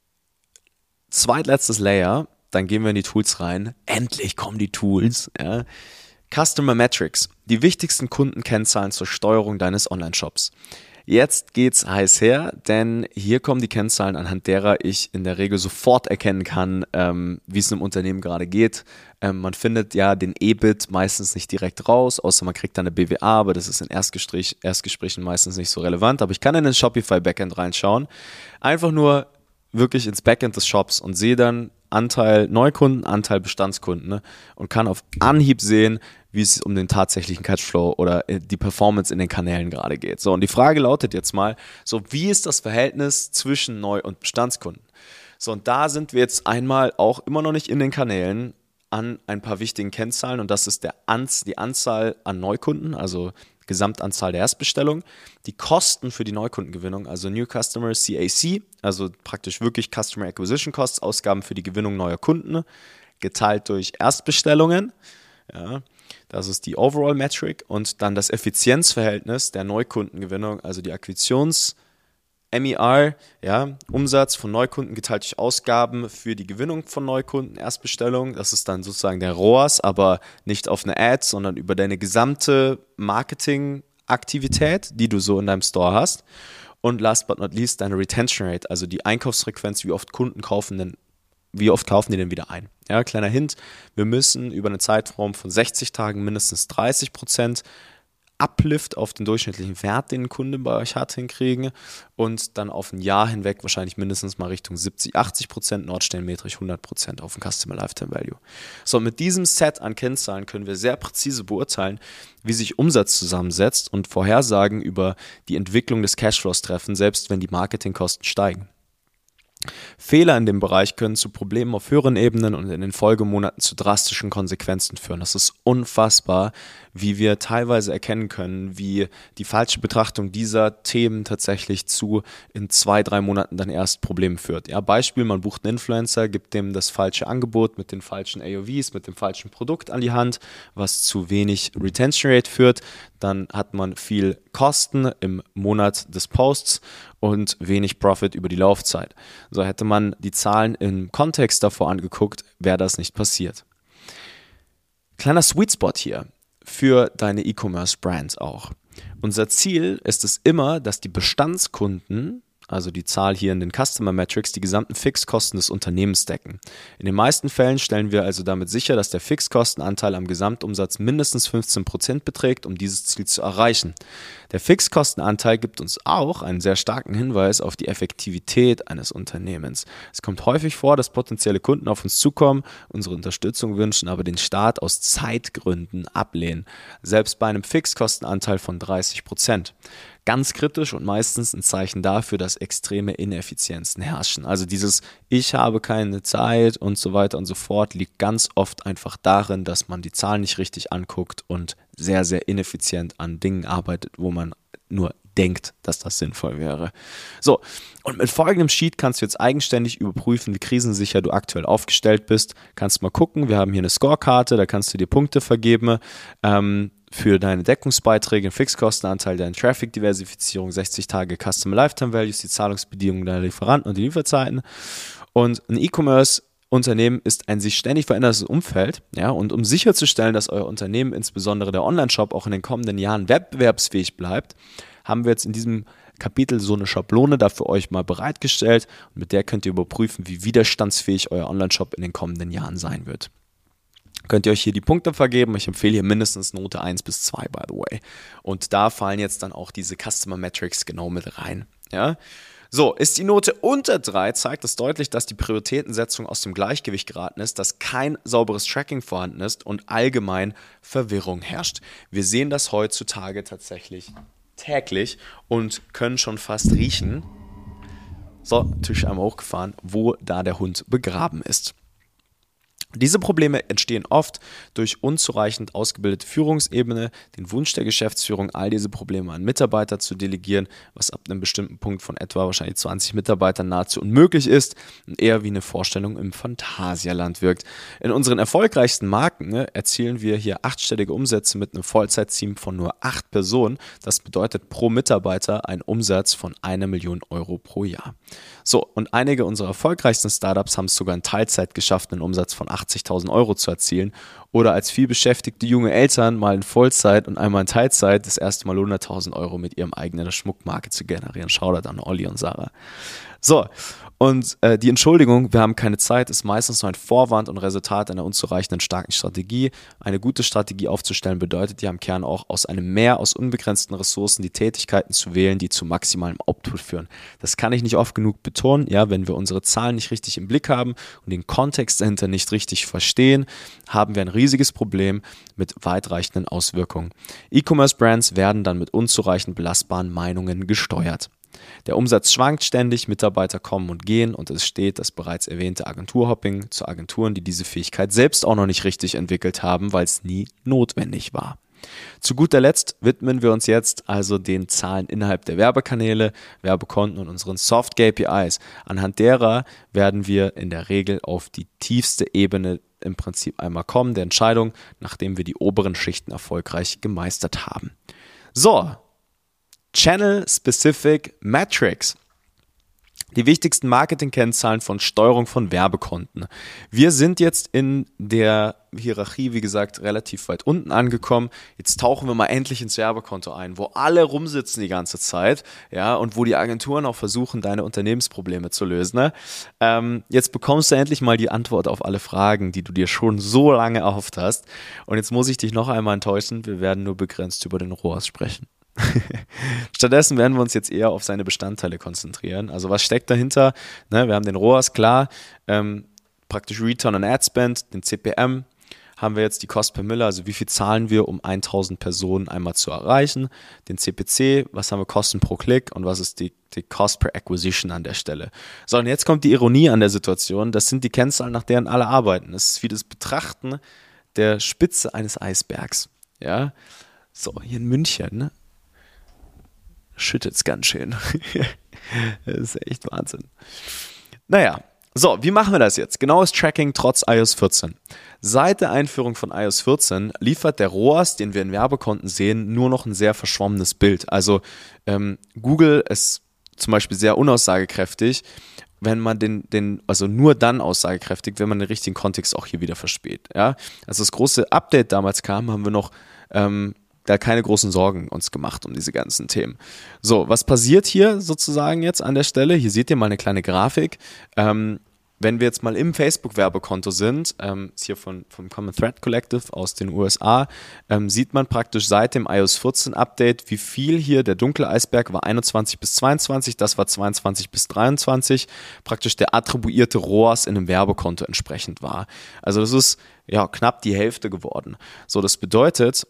zweitletztes Layer, dann gehen wir in die Tools rein. Endlich kommen die Tools. Ja. Customer Metrics, die wichtigsten Kundenkennzahlen zur Steuerung deines Online-Shops. jetzt geht's heiß her, denn hier kommen die Kennzahlen, anhand derer ich in der Regel sofort erkennen kann, ähm, wie es einem Unternehmen gerade geht. Ähm, man findet ja den E B I T meistens nicht direkt raus, außer man kriegt dann eine B W A, aber das ist in Erstgespräch, Erstgesprächen meistens nicht so relevant. Aber ich kann in den Shopify Backend reinschauen, einfach nur wirklich ins Backend des Shops und sehe dann Anteil Neukunden, Anteil Bestandskunden, ne? Und kann auf Anhieb sehen, wie es um den tatsächlichen Cashflow oder die Performance in den Kanälen gerade geht. So, und die Frage lautet jetzt mal, so, wie ist das Verhältnis zwischen Neu- und Bestandskunden? So, und da sind wir jetzt einmal auch immer noch nicht in den Kanälen an ein paar wichtigen Kennzahlen, und das ist der Anz- die Anzahl an Neukunden, also Gesamtanzahl der Erstbestellungen, die Kosten für die Neukundengewinnung, also New Customer C A C, also praktisch wirklich Customer Acquisition Costs, Ausgaben für die Gewinnung neuer Kunden, geteilt durch Erstbestellungen, ja, das ist die Overall Metric, und dann das Effizienzverhältnis der Neukundengewinnung, also die Akquisitions- M E R, ja, Umsatz von Neukunden geteilt durch Ausgaben für die Gewinnung von Neukunden, Erstbestellung. Das ist dann sozusagen der R O A S, aber nicht auf eine Ad, sondern über deine gesamte Marketingaktivität, die du so in deinem Store hast. Und last but not least deine Retention Rate, also die Einkaufsfrequenz, wie oft Kunden kaufen denn, wie oft kaufen die denn wieder ein. Ja, kleiner Hint, wir müssen über einen Zeitraum von sechzig Tagen mindestens dreißig Prozent Uplift auf den durchschnittlichen Wert, den ein Kunde bei euch hat, hinkriegen, und dann auf ein Jahr hinweg wahrscheinlich mindestens mal Richtung siebzig, achtzig Prozent, nordstellenmetrisch hundert Prozent auf den Customer Lifetime Value. So, mit diesem Set an Kennzahlen können wir sehr präzise beurteilen, wie sich Umsatz zusammensetzt, und Vorhersagen über die Entwicklung des Cashflows treffen, selbst wenn die Marketingkosten steigen. Fehler in dem Bereich können zu Problemen auf höheren Ebenen und in den Folgemonaten zu drastischen Konsequenzen führen. Das ist unfassbar, wie wir teilweise erkennen können, wie die falsche Betrachtung dieser Themen tatsächlich zu in zwei, drei Monaten dann erst Problemen führt. Ja, Beispiel, man bucht einen Influencer, gibt dem das falsche Angebot mit den falschen A O Vs, mit dem falschen Produkt an die Hand, was zu wenig Retention Rate führt. Dann hat man viel Kosten im Monat des Posts und wenig Profit über die Laufzeit. So, hätte man die Zahlen im Kontext davor angeguckt, wäre das nicht passiert. Kleiner Sweet Spot hier für deine E-Commerce-Brand auch. Unser Ziel ist es immer, dass die Bestandskunden, also die Zahl hier in den Customer Metrics, die gesamten Fixkosten des Unternehmens decken. In den meisten Fällen stellen wir also damit sicher, dass der Fixkostenanteil am Gesamtumsatz mindestens fünfzehn Prozent beträgt, um dieses Ziel zu erreichen. Der Fixkostenanteil gibt uns auch einen sehr starken Hinweis auf die Effektivität eines Unternehmens. Es kommt häufig vor, dass potenzielle Kunden auf uns zukommen, unsere Unterstützung wünschen, aber den Start aus Zeitgründen ablehnen. Selbst bei einem Fixkostenanteil von dreißig Prozent. Ganz kritisch und meistens ein Zeichen dafür, dass extreme Ineffizienzen herrschen. Also dieses Ich habe keine Zeit und so weiter und so fort liegt ganz oft einfach darin, dass man die Zahlen nicht richtig anguckt und sehr, sehr ineffizient an Dingen arbeitet, wo man nur denkt, dass das sinnvoll wäre. So, und mit folgendem Sheet kannst du jetzt eigenständig überprüfen, wie krisensicher du aktuell aufgestellt bist. Kannst mal gucken, wir haben hier eine Scorekarte, da kannst du dir Punkte vergeben, ähm, für deine Deckungsbeiträge, den Fixkostenanteil, deine Traffic-Diversifizierung, sechzig Tage Customer Lifetime Values, die Zahlungsbedingungen deiner Lieferanten und die Lieferzeiten. Und ein E-Commerce-Unternehmen ist ein sich ständig veränderndes Umfeld. Ja, und um sicherzustellen, dass euer Unternehmen, insbesondere der Online-Shop, auch in den kommenden Jahren wettbewerbsfähig bleibt, haben wir jetzt in diesem Kapitel so eine Schablone da für euch mal bereitgestellt. Und mit der könnt ihr überprüfen, wie widerstandsfähig euer Online-Shop in den kommenden Jahren sein wird. Könnt ihr euch hier die Punkte vergeben. Ich empfehle hier mindestens Note eins bis zwei, by the way. Und da fallen jetzt dann auch diese Customer Metrics genau mit rein. Ja? So, ist die Note unter drei, zeigt es deutlich, dass die Prioritätensetzung aus dem Gleichgewicht geraten ist, dass kein sauberes Tracking vorhanden ist und allgemein Verwirrung herrscht. Wir sehen das heutzutage tatsächlich täglich und können schon fast riechen, so, Tisch einmal hochgefahren, wo da der Hund begraben ist. Diese Probleme entstehen oft durch unzureichend ausgebildete Führungsebene, den Wunsch der Geschäftsführung, all diese Probleme an Mitarbeiter zu delegieren, was ab einem bestimmten Punkt von etwa wahrscheinlich zwanzig Mitarbeitern nahezu unmöglich ist und eher wie eine Vorstellung im Phantasialand wirkt. In unseren erfolgreichsten Marken ne, erzielen wir hier achtstellige Umsätze mit einem Vollzeitteam von nur acht Personen. Das bedeutet pro Mitarbeiter einen Umsatz von einer Million Euro pro Jahr. So, und einige unserer erfolgreichsten Startups haben es sogar in Teilzeit geschafft, einen Umsatz von achtzigtausend Euro zu erzielen oder als vielbeschäftigte junge Eltern mal in Vollzeit und einmal in Teilzeit das erste Mal hunderttausend Euro mit ihrem eigenen Schmuckmarke zu generieren. Shoutout an Olli und Sarah. So, und äh, die Entschuldigung, wir haben keine Zeit, ist meistens nur ein Vorwand und Resultat einer unzureichenden starken Strategie. Eine gute Strategie aufzustellen bedeutet ja im Kern auch, aus einem Meer aus unbegrenzten Ressourcen die Tätigkeiten zu wählen, die zu maximalem Output führen. Das kann ich nicht oft genug betonen. Ja, wenn wir unsere Zahlen nicht richtig im Blick haben und den Kontext dahinter nicht richtig verstehen, haben wir ein riesiges Problem mit weitreichenden Auswirkungen. E-Commerce-Brands werden dann mit unzureichend belastbaren Meinungen gesteuert. Der Umsatz schwankt ständig, Mitarbeiter kommen und gehen und es steht das bereits erwähnte Agenturhopping zu Agenturen, die diese Fähigkeit selbst auch noch nicht richtig entwickelt haben, weil es nie notwendig war. Zu guter Letzt widmen wir uns jetzt also den Zahlen innerhalb der Werbekanäle, Werbekonten und unseren Soft-K P Is. Anhand derer werden wir in der Regel auf die tiefste Ebene im Prinzip einmal kommen, der Entscheidung, nachdem wir die oberen Schichten erfolgreich gemeistert haben. So, Channel-Specific Metrics. Die wichtigsten Marketing-Kennzahlen von Steuerung von Werbekonten. Wir sind jetzt in der Hierarchie, wie gesagt, relativ weit unten angekommen. Jetzt tauchen wir mal endlich ins Werbekonto ein, wo alle rumsitzen die ganze Zeit, ja, und wo die Agenturen auch versuchen, deine Unternehmensprobleme zu lösen. Ne? Ähm, jetzt bekommst du endlich mal die Antwort auf alle Fragen, die du dir schon so lange erhofft hast. Und jetzt muss ich dich noch einmal enttäuschen, wir werden nur begrenzt über den R O A S sprechen. Stattdessen werden wir uns jetzt eher auf seine Bestandteile konzentrieren. Also was steckt dahinter? Ne, wir haben den R O A S, klar, ähm, praktisch Return on Ad Spend, den C P M, haben wir jetzt die Cost per Mille, also wie viel zahlen wir, um tausend Personen einmal zu erreichen, den C P C, was haben wir Kosten pro Klick und was ist die, die Cost per Acquisition an der Stelle. So, und jetzt kommt die Ironie an der Situation, das sind die Kennzahlen, nach deren alle arbeiten. Das ist wie das Betrachten der Spitze eines Eisbergs. Ja, so, hier in München, ne? Schüttet es ganz schön. Das ist echt Wahnsinn. Naja, so, wie machen wir das jetzt? Genaues Tracking trotz i O S vierzehn. Seit der Einführung von i O S vierzehn liefert der R O A S, den wir in Werbekonten sehen, nur noch ein sehr verschwommenes Bild. Also ähm, Google ist zum Beispiel sehr unaussagekräftig, wenn man den, den, also nur dann aussagekräftig, wenn man den richtigen Kontext auch hier wieder versteht. Ja? Als das große Update damals kam, haben wir noch ähm, da keine großen Sorgen uns gemacht um diese ganzen Themen. So, was passiert hier sozusagen jetzt an der Stelle? Hier seht ihr mal eine kleine Grafik. Ähm, wenn wir jetzt mal im Facebook-Werbekonto sind, ähm, ist hier von, vom Common Thread Collective aus den U S A, ähm, sieht man praktisch seit dem i O S vierzehn Update, wie viel hier, der dunkle Eisberg war einundzwanzig bis zweiundzwanzig, das war zweiundzwanzig bis dreiundzwanzig, praktisch der attribuierte R O A S in einem Werbekonto entsprechend war. Also das ist ja knapp die Hälfte geworden. So, das bedeutet,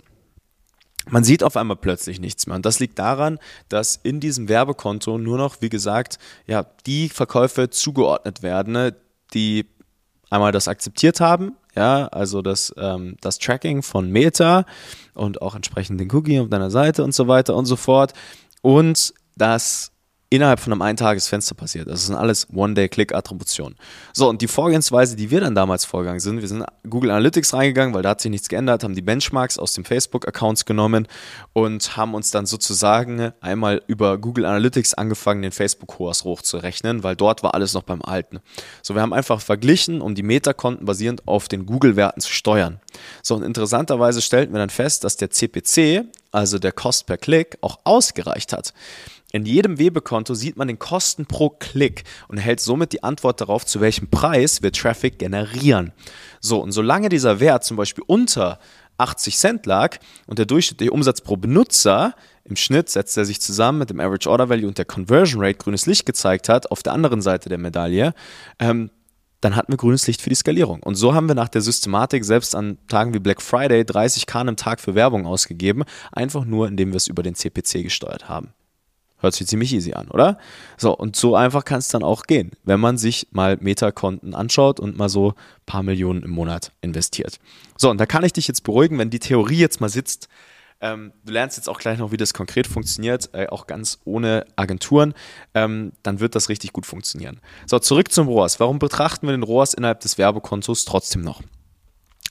man sieht auf einmal plötzlich nichts mehr und das liegt daran, dass in diesem Werbekonto nur noch, wie gesagt, ja, die Verkäufe zugeordnet werden, ne, die einmal das akzeptiert haben, ja, also das, ähm, das Tracking von Meta und auch entsprechend den Cookie auf deiner Seite und so weiter und so fort und das innerhalb von einem Eintagesfenster passiert. Das sind alles One-Day-Click-Attributionen. So, und die Vorgehensweise, die wir dann damals vorgegangen sind, wir sind in Google Analytics reingegangen, weil da hat sich nichts geändert, haben die Benchmarks aus den Facebook-Accounts genommen und haben uns dann sozusagen einmal über Google Analytics angefangen, den Facebook-R O A S hochzurechnen, weil dort war alles noch beim Alten. So, wir haben einfach verglichen, um die Meta-Konten basierend auf den Google-Werten zu steuern. So, und interessanterweise stellten wir dann fest, dass der C P C, also der Cost per Klick, auch ausgereicht hat. In jedem Werbekonto sieht man den Kosten pro Klick und erhält somit die Antwort darauf, zu welchem Preis wir Traffic generieren. So, und solange dieser Wert zum Beispiel unter achtzig Cent lag und der durchschnittliche Umsatz pro Benutzer, im Schnitt setzt er sich zusammen mit dem Average Order Value und der Conversion Rate grünes Licht gezeigt hat, auf der anderen Seite der Medaille, ähm, dann hatten wir grünes Licht für die Skalierung. Und so haben wir nach der Systematik selbst an Tagen wie Black Friday dreißig K am Tag für Werbung ausgegeben, einfach nur, indem wir es über den C P C gesteuert haben. Hört sich ziemlich easy an, oder? So, und so einfach kann es dann auch gehen, wenn man sich mal Meta-Konten anschaut und mal so ein paar Millionen im Monat investiert. So, und da kann ich dich jetzt beruhigen, wenn die Theorie jetzt mal sitzt, ähm, du lernst jetzt auch gleich noch, wie das konkret funktioniert, äh, auch ganz ohne Agenturen, ähm, dann wird das richtig gut funktionieren. So, zurück zum R O A S. Warum betrachten wir den R O A S innerhalb des Werbekontos trotzdem noch?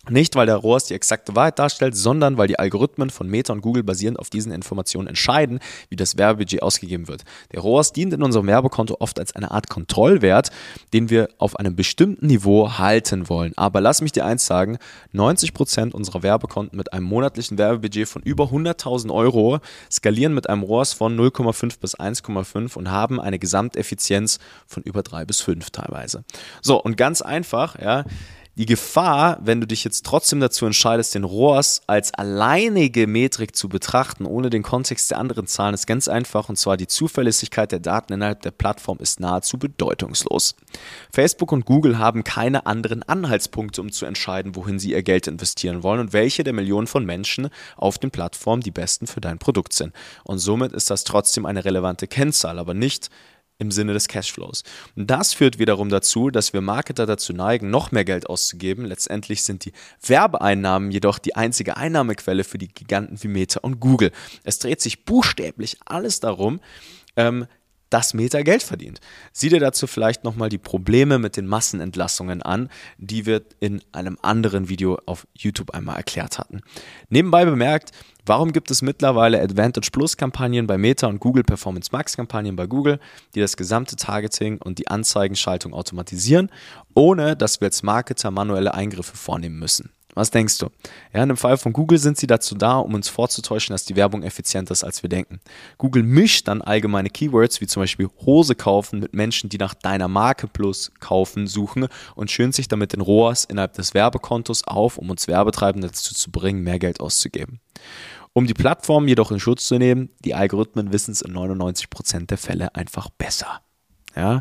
Nicht, weil der R O A S die exakte Wahrheit darstellt, sondern weil die Algorithmen von Meta und Google basierend auf diesen Informationen entscheiden, wie das Werbebudget ausgegeben wird. Der R O A S dient in unserem Werbekonto oft als eine Art Kontrollwert, den wir auf einem bestimmten Niveau halten wollen. Aber lass mich dir eins sagen, neunzig Prozent unserer Werbekonten mit einem monatlichen Werbebudget von über hunderttausend Euro skalieren mit einem R O A S von null Komma fünf bis eins Komma fünf und haben eine Gesamteffizienz von über drei bis fünf teilweise. So, und ganz einfach, ja, die Gefahr, wenn du dich jetzt trotzdem dazu entscheidest, den R O A S als alleinige Metrik zu betrachten, ohne den Kontext der anderen Zahlen, ist ganz einfach, und zwar die Zuverlässigkeit der Daten innerhalb der Plattform ist nahezu bedeutungslos. Facebook und Google haben keine anderen Anhaltspunkte, um zu entscheiden, wohin sie ihr Geld investieren wollen und welche der Millionen von Menschen auf den Plattformen die besten für dein Produkt sind. Und somit ist das trotzdem eine relevante Kennzahl, aber nicht im Sinne des Cashflows. Und das führt wiederum dazu, dass wir Marketer dazu neigen, noch mehr Geld auszugeben. Letztendlich sind die Werbeeinnahmen jedoch die einzige Einnahmequelle für die Giganten wie Meta und Google. Es dreht sich buchstäblich alles darum, ähm, dass Meta Geld verdient. Sieh dir dazu vielleicht nochmal die Probleme mit den Massenentlassungen an, die wir in einem anderen Video auf YouTube einmal erklärt hatten. Nebenbei bemerkt, warum gibt es mittlerweile Advantage Plus Kampagnen bei Meta und Google Performance Max Kampagnen bei Google, die das gesamte Targeting und die Anzeigenschaltung automatisieren, ohne dass wir als Marketer manuelle Eingriffe vornehmen müssen? Was denkst du? Ja, in dem Fall von Google sind sie dazu da, um uns vorzutäuschen, dass die Werbung effizienter ist, als wir denken. Google mischt dann allgemeine Keywords, wie zum Beispiel Hose kaufen, mit Menschen, die nach deiner Marke plus kaufen, suchen und schönt sich damit den R O A S innerhalb des Werbekontos auf, um uns Werbetreibende dazu zu bringen, mehr Geld auszugeben. Um die Plattform jedoch in Schutz zu nehmen, die Algorithmen wissen es in neunundneunzig Prozent der Fälle einfach besser. Ja.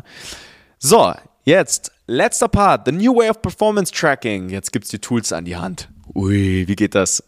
So, jetzt, letzter Part, the new way of performance tracking. Jetzt gibt es die Tools an die Hand. Ui, wie geht das?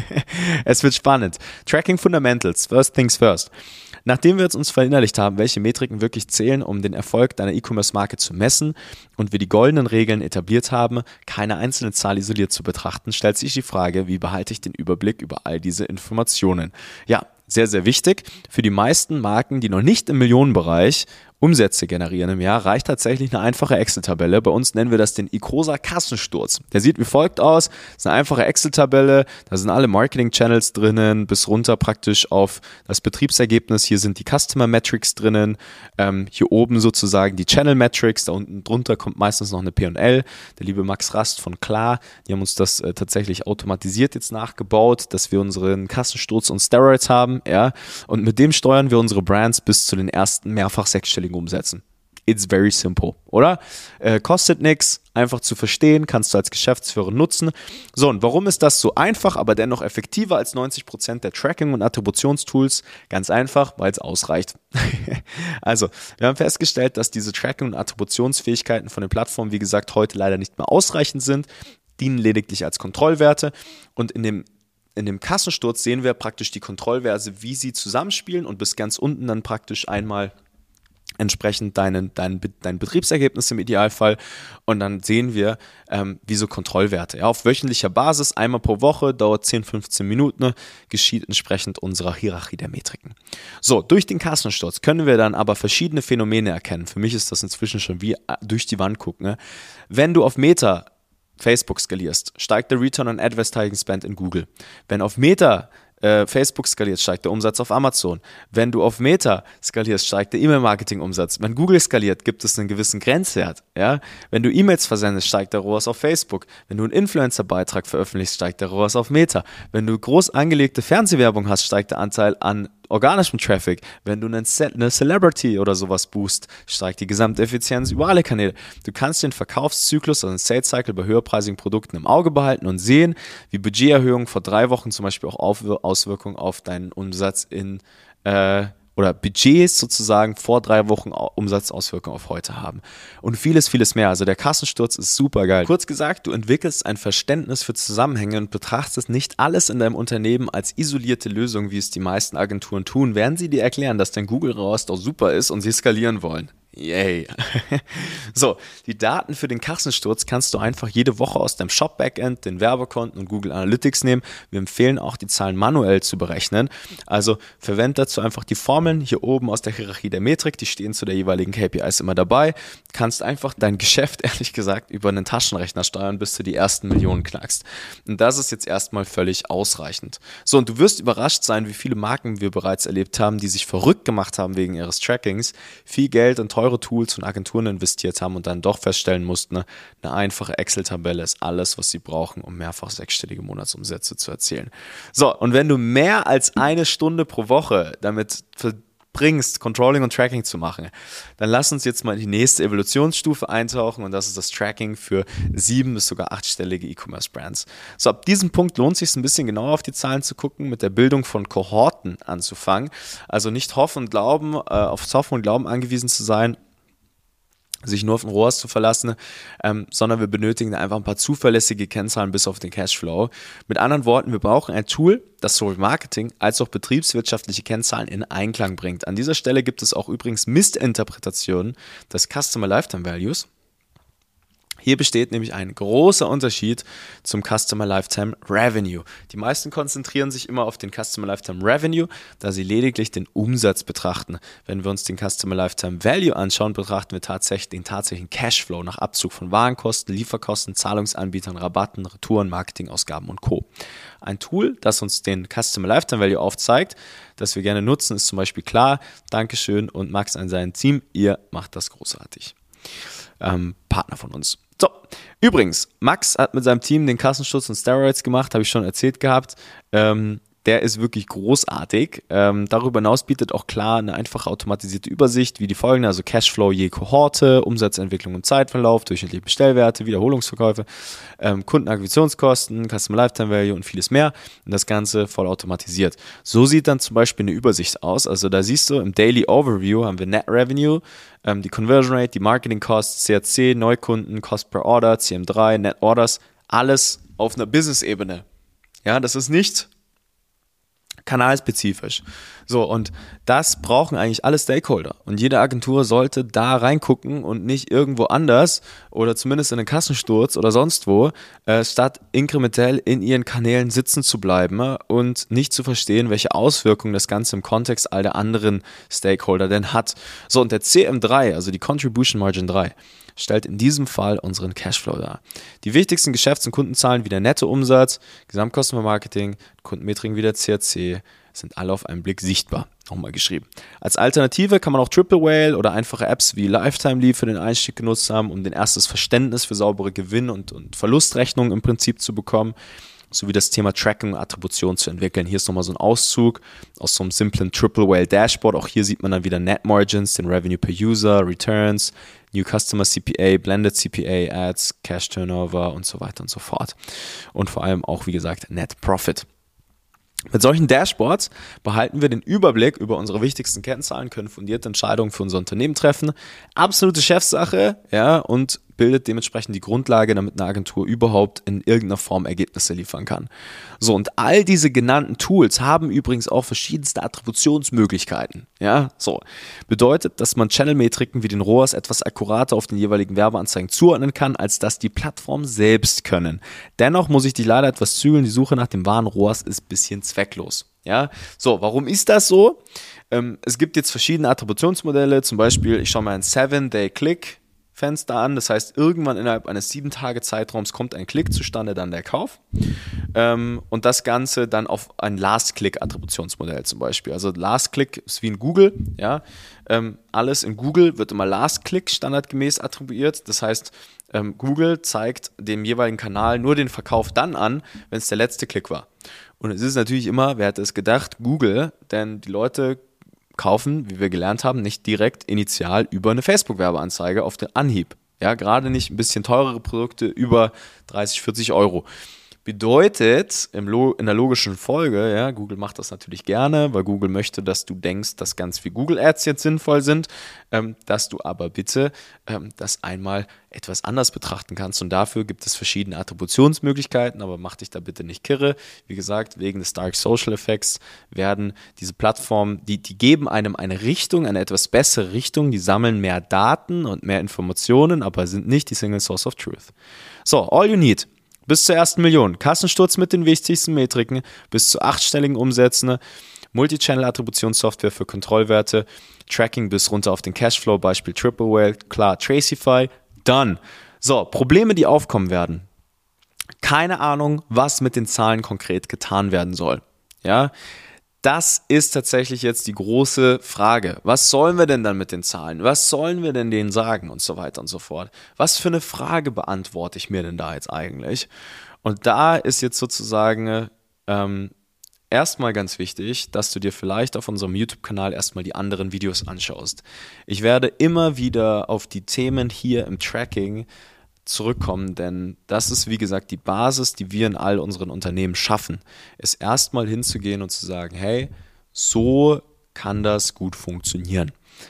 Es wird spannend. Tracking Fundamentals, first things first. Nachdem wir jetzt uns verinnerlicht haben, welche Metriken wirklich zählen, um den Erfolg deiner E-Commerce-Marke zu messen und wir die goldenen Regeln etabliert haben, keine einzelne Zahl isoliert zu betrachten, stellt sich die Frage, wie behalte ich den Überblick über all diese Informationen? Ja, sehr, sehr wichtig. Für die meisten Marken, die noch nicht im Millionenbereich Umsätze generieren im Jahr, reicht tatsächlich eine einfache Excel-Tabelle. Bei uns nennen wir das den Icosa Kassensturz. Der sieht wie folgt aus. Das ist eine einfache Excel-Tabelle. Da sind alle Marketing-Channels drinnen, bis runter praktisch auf das Betriebsergebnis. Hier sind die Customer Metrics drinnen. Ähm, hier oben sozusagen die Channel Metrics. Da unten drunter kommt meistens noch eine P und L. Der liebe Max Rast von Klar, die haben uns das äh, tatsächlich automatisiert jetzt nachgebaut, dass wir unseren Kassensturz und Steroids haben. Ja. Und mit dem steuern wir unsere Brands bis zu den ersten mehrfach sechsstelligen umsetzen. It's very simple, oder? Äh, kostet nichts, einfach zu verstehen, kannst du als Geschäftsführer nutzen. So, und warum ist das so einfach, aber dennoch effektiver als neunzig Prozent der Tracking- und Attributionstools? Ganz einfach, weil es ausreicht. Also, wir haben festgestellt, dass diese Tracking- und Attributionsfähigkeiten von den Plattformen, wie gesagt, heute leider nicht mehr ausreichend sind, dienen lediglich als Kontrollwerte und in dem In dem Kassensturz sehen wir praktisch die Kontrollwerte, wie sie zusammenspielen und bis ganz unten dann praktisch einmal entsprechend deinen, dein, dein Betriebsergebnis im Idealfall und dann sehen wir, ähm, wie so Kontrollwerte. Ja, auf wöchentlicher Basis, einmal pro Woche, dauert zehn, fünfzehn Minuten, geschieht entsprechend unserer Hierarchie der Metriken. So, durch den Kassensturz können wir dann aber verschiedene Phänomene erkennen. Für mich ist das inzwischen schon wie durch die Wand gucken. Ne? Wenn du auf Meta Facebook skalierst, steigt der Return on Advertising Spend in Google. Wenn auf Meta äh, Facebook skaliert, steigt der Umsatz auf Amazon. Wenn du auf Meta skalierst, steigt der E-Mail-Marketing-Umsatz. Wenn Google skaliert, gibt es einen gewissen Grenzwert. Ja? Wenn du E-Mails versendest, steigt der R O A S auf Facebook. Wenn du einen Influencer-Beitrag veröffentlichst, steigt der R O A S auf Meta. Wenn du groß angelegte Fernsehwerbung hast, steigt der Anteil an organischem Traffic. Wenn du einen Ce- eine Celebrity oder sowas boost, steigt die Gesamteffizienz über alle Kanäle. Du kannst den Verkaufszyklus, also den Sales Cycle bei höherpreisigen Produkten im Auge behalten und sehen, wie Budgeterhöhungen vor drei Wochen zum Beispiel auch Auswirkungen auf deinen Umsatz in äh, oder Budgets sozusagen vor drei Wochen Umsatzauswirkungen auf heute haben. Und vieles, vieles mehr. Also der Kassensturz ist super geil. Kurz gesagt, du entwickelst ein Verständnis für Zusammenhänge und betrachtest nicht alles in deinem Unternehmen als isolierte Lösung, wie es die meisten Agenturen tun, während sie dir erklären, dass dein Google-R O A S doch super ist und sie skalieren wollen. Yay. So, die Daten für den Kassensturz kannst du einfach jede Woche aus deinem Shop-Backend, den Werbekonten und Google Analytics nehmen. Wir empfehlen auch, die Zahlen manuell zu berechnen. Also verwende dazu einfach die Formeln hier oben aus der Hierarchie der Metrik. Die stehen zu der jeweiligen K P Is immer dabei. Kannst einfach dein Geschäft, ehrlich gesagt, über einen Taschenrechner steuern, bis du die ersten Millionen knackst. Und das ist jetzt erstmal völlig ausreichend. So, und du wirst überrascht sein, wie viele Marken wir bereits erlebt haben, die sich verrückt gemacht haben wegen ihres Trackings, viel Geld und teure Tools und Agenturen investiert haben und dann doch feststellen mussten, eine einfache Excel-Tabelle ist alles, was sie brauchen, um mehrfach sechsstellige Monatsumsätze zu erzielen. So, und wenn du mehr als eine Stunde pro Woche damit verbringst, Controlling und Tracking zu machen, dann lass uns jetzt mal in die nächste Evolutionsstufe eintauchen, und das ist das Tracking für sieben- bis sogar achtstellige E-Commerce-Brands. So, ab diesem Punkt lohnt es sich ein bisschen genauer auf die Zahlen zu gucken, mit der Bildung von Kohorten anzufangen. Also nicht hoffen und glauben, äh, aufs Hoffen und Glauben angewiesen zu sein, sich nur auf den R O A S zu verlassen, ähm, sondern wir benötigen einfach ein paar zuverlässige Kennzahlen bis auf den Cashflow. Mit anderen Worten, wir brauchen ein Tool, das sowohl Marketing als auch betriebswirtschaftliche Kennzahlen in Einklang bringt. An dieser Stelle gibt es auch übrigens Missinterpretationen des Customer Lifetime Values. Hier besteht nämlich ein großer Unterschied zum Customer Lifetime Revenue. Die meisten konzentrieren sich immer auf den Customer Lifetime Revenue, da sie lediglich den Umsatz betrachten. Wenn wir uns den Customer Lifetime Value anschauen, betrachten wir tatsächlich den tatsächlichen Cashflow nach Abzug von Warenkosten, Lieferkosten, Zahlungsanbietern, Rabatten, Retouren, Marketingausgaben und Co. Ein Tool, das uns den Customer Lifetime Value aufzeigt, das wir gerne nutzen, ist zum Beispiel Klar, Dankeschön und Max an sein Team. Ihr macht das großartig. Ähm, Partner von uns. So, übrigens, Max hat mit seinem Team den Kassensturz und Steroids gemacht, habe ich schon erzählt gehabt. Ähm, der ist wirklich großartig. Ähm, darüber hinaus bietet auch Klar eine einfache automatisierte Übersicht, wie die folgende, also Cashflow je Kohorte, Umsatzentwicklung und Zeitverlauf, durchschnittliche Bestellwerte, Wiederholungsverkäufe, ähm, Kundenakquisitionskosten, Customer Lifetime Value und vieles mehr. Und das Ganze voll automatisiert. So sieht dann zum Beispiel eine Übersicht aus. Also da siehst du, im Daily Overview haben wir Net Revenue, ähm, die Conversion Rate, die Marketing Costs, C A C, Neukunden, Cost per Order, C M drei, Net Orders, alles auf einer Business-Ebene. Ja, das ist nicht kanalspezifisch. So, und das brauchen eigentlich alle Stakeholder. Und jede Agentur sollte da reingucken und nicht irgendwo anders oder zumindest in einen Kassensturz oder sonst wo, äh, statt inkrementell in ihren Kanälen sitzen zu bleiben und nicht zu verstehen, welche Auswirkungen das Ganze im Kontext all der anderen Stakeholder denn hat. So, und der C M drei, also die Contribution Margin drei, stellt in diesem Fall unseren Cashflow dar. Die wichtigsten Geschäfts- und Kundenzahlen wie der Nettoumsatz, Gesamtkosten für Marketing, Kundenmetriken wie der C A C sind alle auf einen Blick sichtbar. Nochmal geschrieben. Als Alternative kann man auch Triple Whale oder einfache Apps wie Lifetime Lead für den Einstieg genutzt haben, um ein erstes Verständnis für saubere Gewinn- und, und Verlustrechnungen im Prinzip zu bekommen, sowie das Thema Tracking und Attribution zu entwickeln. Hier ist nochmal so ein Auszug aus so einem simplen Triple Whale Dashboard. Auch hier sieht man dann wieder Net Margins, den Revenue per User, Returns, New Customer C P A, Blended C P A, Ads, Cash Turnover und so weiter und so fort. Und vor allem auch, wie gesagt, Net Profit. Mit solchen Dashboards behalten wir den Überblick über unsere wichtigsten Kennzahlen, können fundierte Entscheidungen für unser Unternehmen treffen. Absolute Chefsache, ja, und bildet dementsprechend die Grundlage, damit eine Agentur überhaupt in irgendeiner Form Ergebnisse liefern kann. So, und all diese genannten Tools haben übrigens auch verschiedenste Attributionsmöglichkeiten. Ja, so. Bedeutet, dass man Channel-Metriken wie den R O A S etwas akkurater auf den jeweiligen Werbeanzeigen zuordnen kann, als das die Plattform selbst können. Dennoch muss ich dich leider etwas zügeln, die Suche nach dem wahren R O A S ist ein bisschen zwecklos. Ja, so, warum ist das so? Ähm, es gibt jetzt verschiedene Attributionsmodelle, zum Beispiel, ich schaue mal ein Seven-Day-Click Fenster an, das heißt, irgendwann innerhalb eines sieben Tage Zeitraums kommt ein Klick zustande, dann der Kauf, ähm, und das Ganze dann auf ein Last-Click-Attributionsmodell zum Beispiel. Also Last-Click ist wie in Google, ja, ähm, alles in Google wird immer Last-Click standardgemäß attribuiert, das heißt, ähm, Google zeigt dem jeweiligen Kanal nur den Verkauf dann an, wenn es der letzte Klick war. Und es ist natürlich immer, wer hätte es gedacht, Google, denn die Leute kaufen, wie wir gelernt haben, nicht direkt initial über eine Facebook-Werbeanzeige auf den Anhieb. Ja, gerade nicht ein bisschen teurere Produkte über dreißig, vierzig Euro. Bedeutet, im Lo- in der logischen Folge, ja, Google macht das natürlich gerne, weil Google möchte, dass du denkst, dass ganz viel Google Ads jetzt sinnvoll sind, ähm, dass du aber bitte ähm, das einmal etwas anders betrachten kannst. Und dafür gibt es verschiedene Attributionsmöglichkeiten, aber mach dich da bitte nicht kirre. Wie gesagt, wegen des Dark Social Effects werden diese Plattformen, die, die geben einem eine Richtung, eine etwas bessere Richtung, die sammeln mehr Daten und mehr Informationen, aber sind nicht die Single Source of Truth. So, all you need. Bis zur ersten Million. Kassensturz mit den wichtigsten Metriken, bis zu achtstelligen Umsätzen, Multi-Channel-Attributionssoftware für Kontrollwerte, Tracking bis runter auf den Cashflow, Beispiel Triple Whale, klar, Tracify, done. So, Probleme, die aufkommen werden. Keine Ahnung, was mit den Zahlen konkret getan werden soll. Ja, das ist tatsächlich jetzt die große Frage. Was sollen wir denn dann mit den Zahlen? Was sollen wir denn denen sagen und so weiter und so fort? Was für eine Frage beantworte ich mir denn da jetzt eigentlich? Und da ist jetzt sozusagen ähm, erstmal ganz wichtig, dass du dir vielleicht auf unserem YouTube-Kanal erstmal die anderen Videos anschaust. Ich werde immer wieder auf die Themen hier im Tracking zurückkommen, denn das ist, wie gesagt, die Basis, die wir in all unseren Unternehmen schaffen, ist erstmal hinzugehen und zu sagen, hey, so kann das gut funktionieren.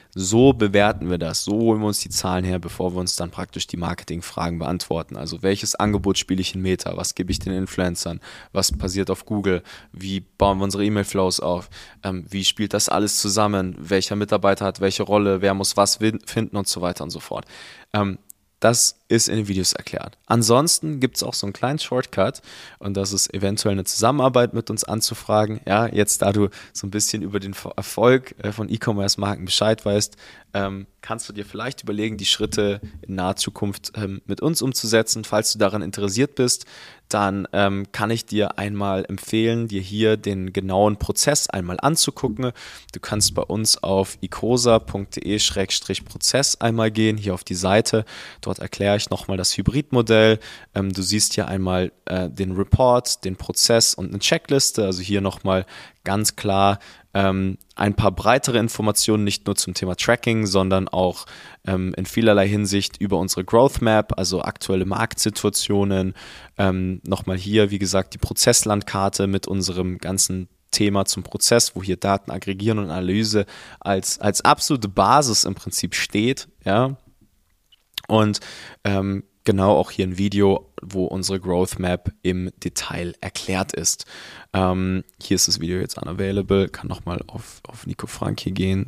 So bewerten wir das, so holen wir uns die Zahlen her, bevor wir uns dann praktisch die Marketingfragen beantworten. Also welches Angebot spiele ich in Meta, was gebe ich den Influencern, was passiert auf Google, wie bauen wir unsere E-Mail-Flows auf, ähm, wie spielt das alles zusammen, welcher Mitarbeiter hat welche Rolle, wer muss was finden und so weiter und so fort. Ähm, Das ist in den Videos erklärt. Ansonsten gibt es auch so einen kleinen Shortcut und das ist eventuell eine Zusammenarbeit mit uns anzufragen. Ja, jetzt da du so ein bisschen über den Erfolg von E-Commerce-Marken Bescheid weißt, ähm, kannst du dir vielleicht überlegen, die Schritte in naher Zukunft ähm, mit uns umzusetzen. Falls du daran interessiert bist, dann ähm, kann ich dir einmal empfehlen, dir hier den genauen Prozess einmal anzugucken. Du kannst bei uns auf icosa punkt de Schrägstrich Prozess einmal gehen, hier auf die Seite. Dort erkläre ich nochmal das Hybridmodell. Ähm, du siehst hier einmal äh, den Report, den Prozess und eine Checkliste. Also hier nochmal ganz klar ähm, ein paar breitere Informationen, nicht nur zum Thema Tracking, sondern auch ähm, in vielerlei Hinsicht über unsere Growth Map, also aktuelle Marktsituationen. Ähm, nochmal hier, wie gesagt, die Prozesslandkarte mit unserem ganzen Thema zum Prozess, wo hier Daten aggregieren und Analyse als, als absolute Basis im Prinzip steht, ja. Und ähm, genau auch hier ein Video, wo unsere Growth Map im Detail erklärt ist. Ähm, hier ist das Video jetzt unavailable, kann nochmal auf, auf Nico Frank hier gehen.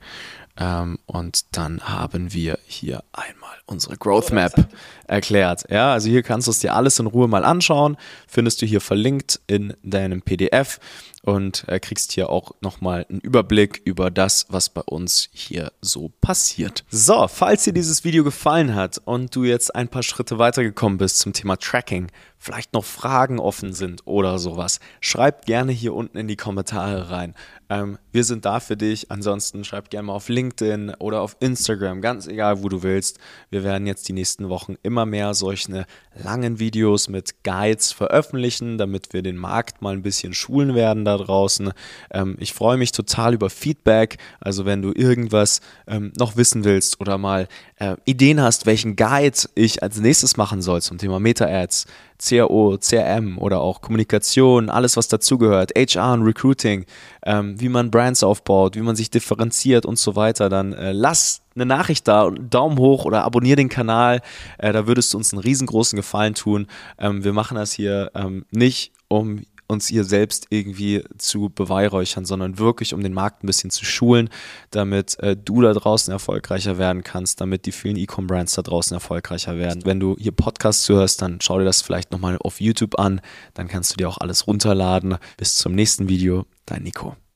Ähm, und dann haben wir hier einmal unsere Growth Map erklärt. Ja, also hier kannst du es dir alles in Ruhe mal anschauen, findest du hier verlinkt in deinem P D F und äh, kriegst hier auch nochmal einen Überblick über das, was bei uns hier so passiert. So, falls dir dieses Video gefallen hat und du jetzt ein paar Schritte weitergekommen bist zum Thema Tracking, vielleicht noch Fragen offen sind oder sowas, schreib gerne hier unten in die Kommentare rein. Ähm, wir sind da für dich. Ansonsten schreib gerne mal auf LinkedIn oder auf Instagram, ganz egal, wo du willst. Wir werden jetzt die nächsten Wochen immer mehr solche langen Videos mit Guides veröffentlichen, damit wir den Markt mal ein bisschen schulen werden da draußen. Ähm, ich freue mich total über Feedback. Also wenn du irgendwas ähm, noch wissen willst oder mal äh, Ideen hast, welchen Guide ich als nächstes machen soll zum Thema Meta-Ads, C R O, C R M oder auch Kommunikation, alles was dazugehört, H R und Recruiting, ähm, wie man Brands aufbaut, wie man sich differenziert und so weiter, dann äh, lass eine Nachricht da, einen Daumen hoch oder abonniere den Kanal, äh, da würdest du uns einen riesengroßen Gefallen tun. Ähm, wir machen das hier ähm, nicht, um uns hier selbst irgendwie zu beweihräuchern, sondern wirklich, um den Markt ein bisschen zu schulen, damit äh, du da draußen erfolgreicher werden kannst, damit die vielen E-Com-Brands da draußen erfolgreicher werden. Wenn du hier Podcasts hörst, dann schau dir das vielleicht nochmal auf YouTube an, dann kannst du dir auch alles runterladen. Bis zum nächsten Video, dein Nico.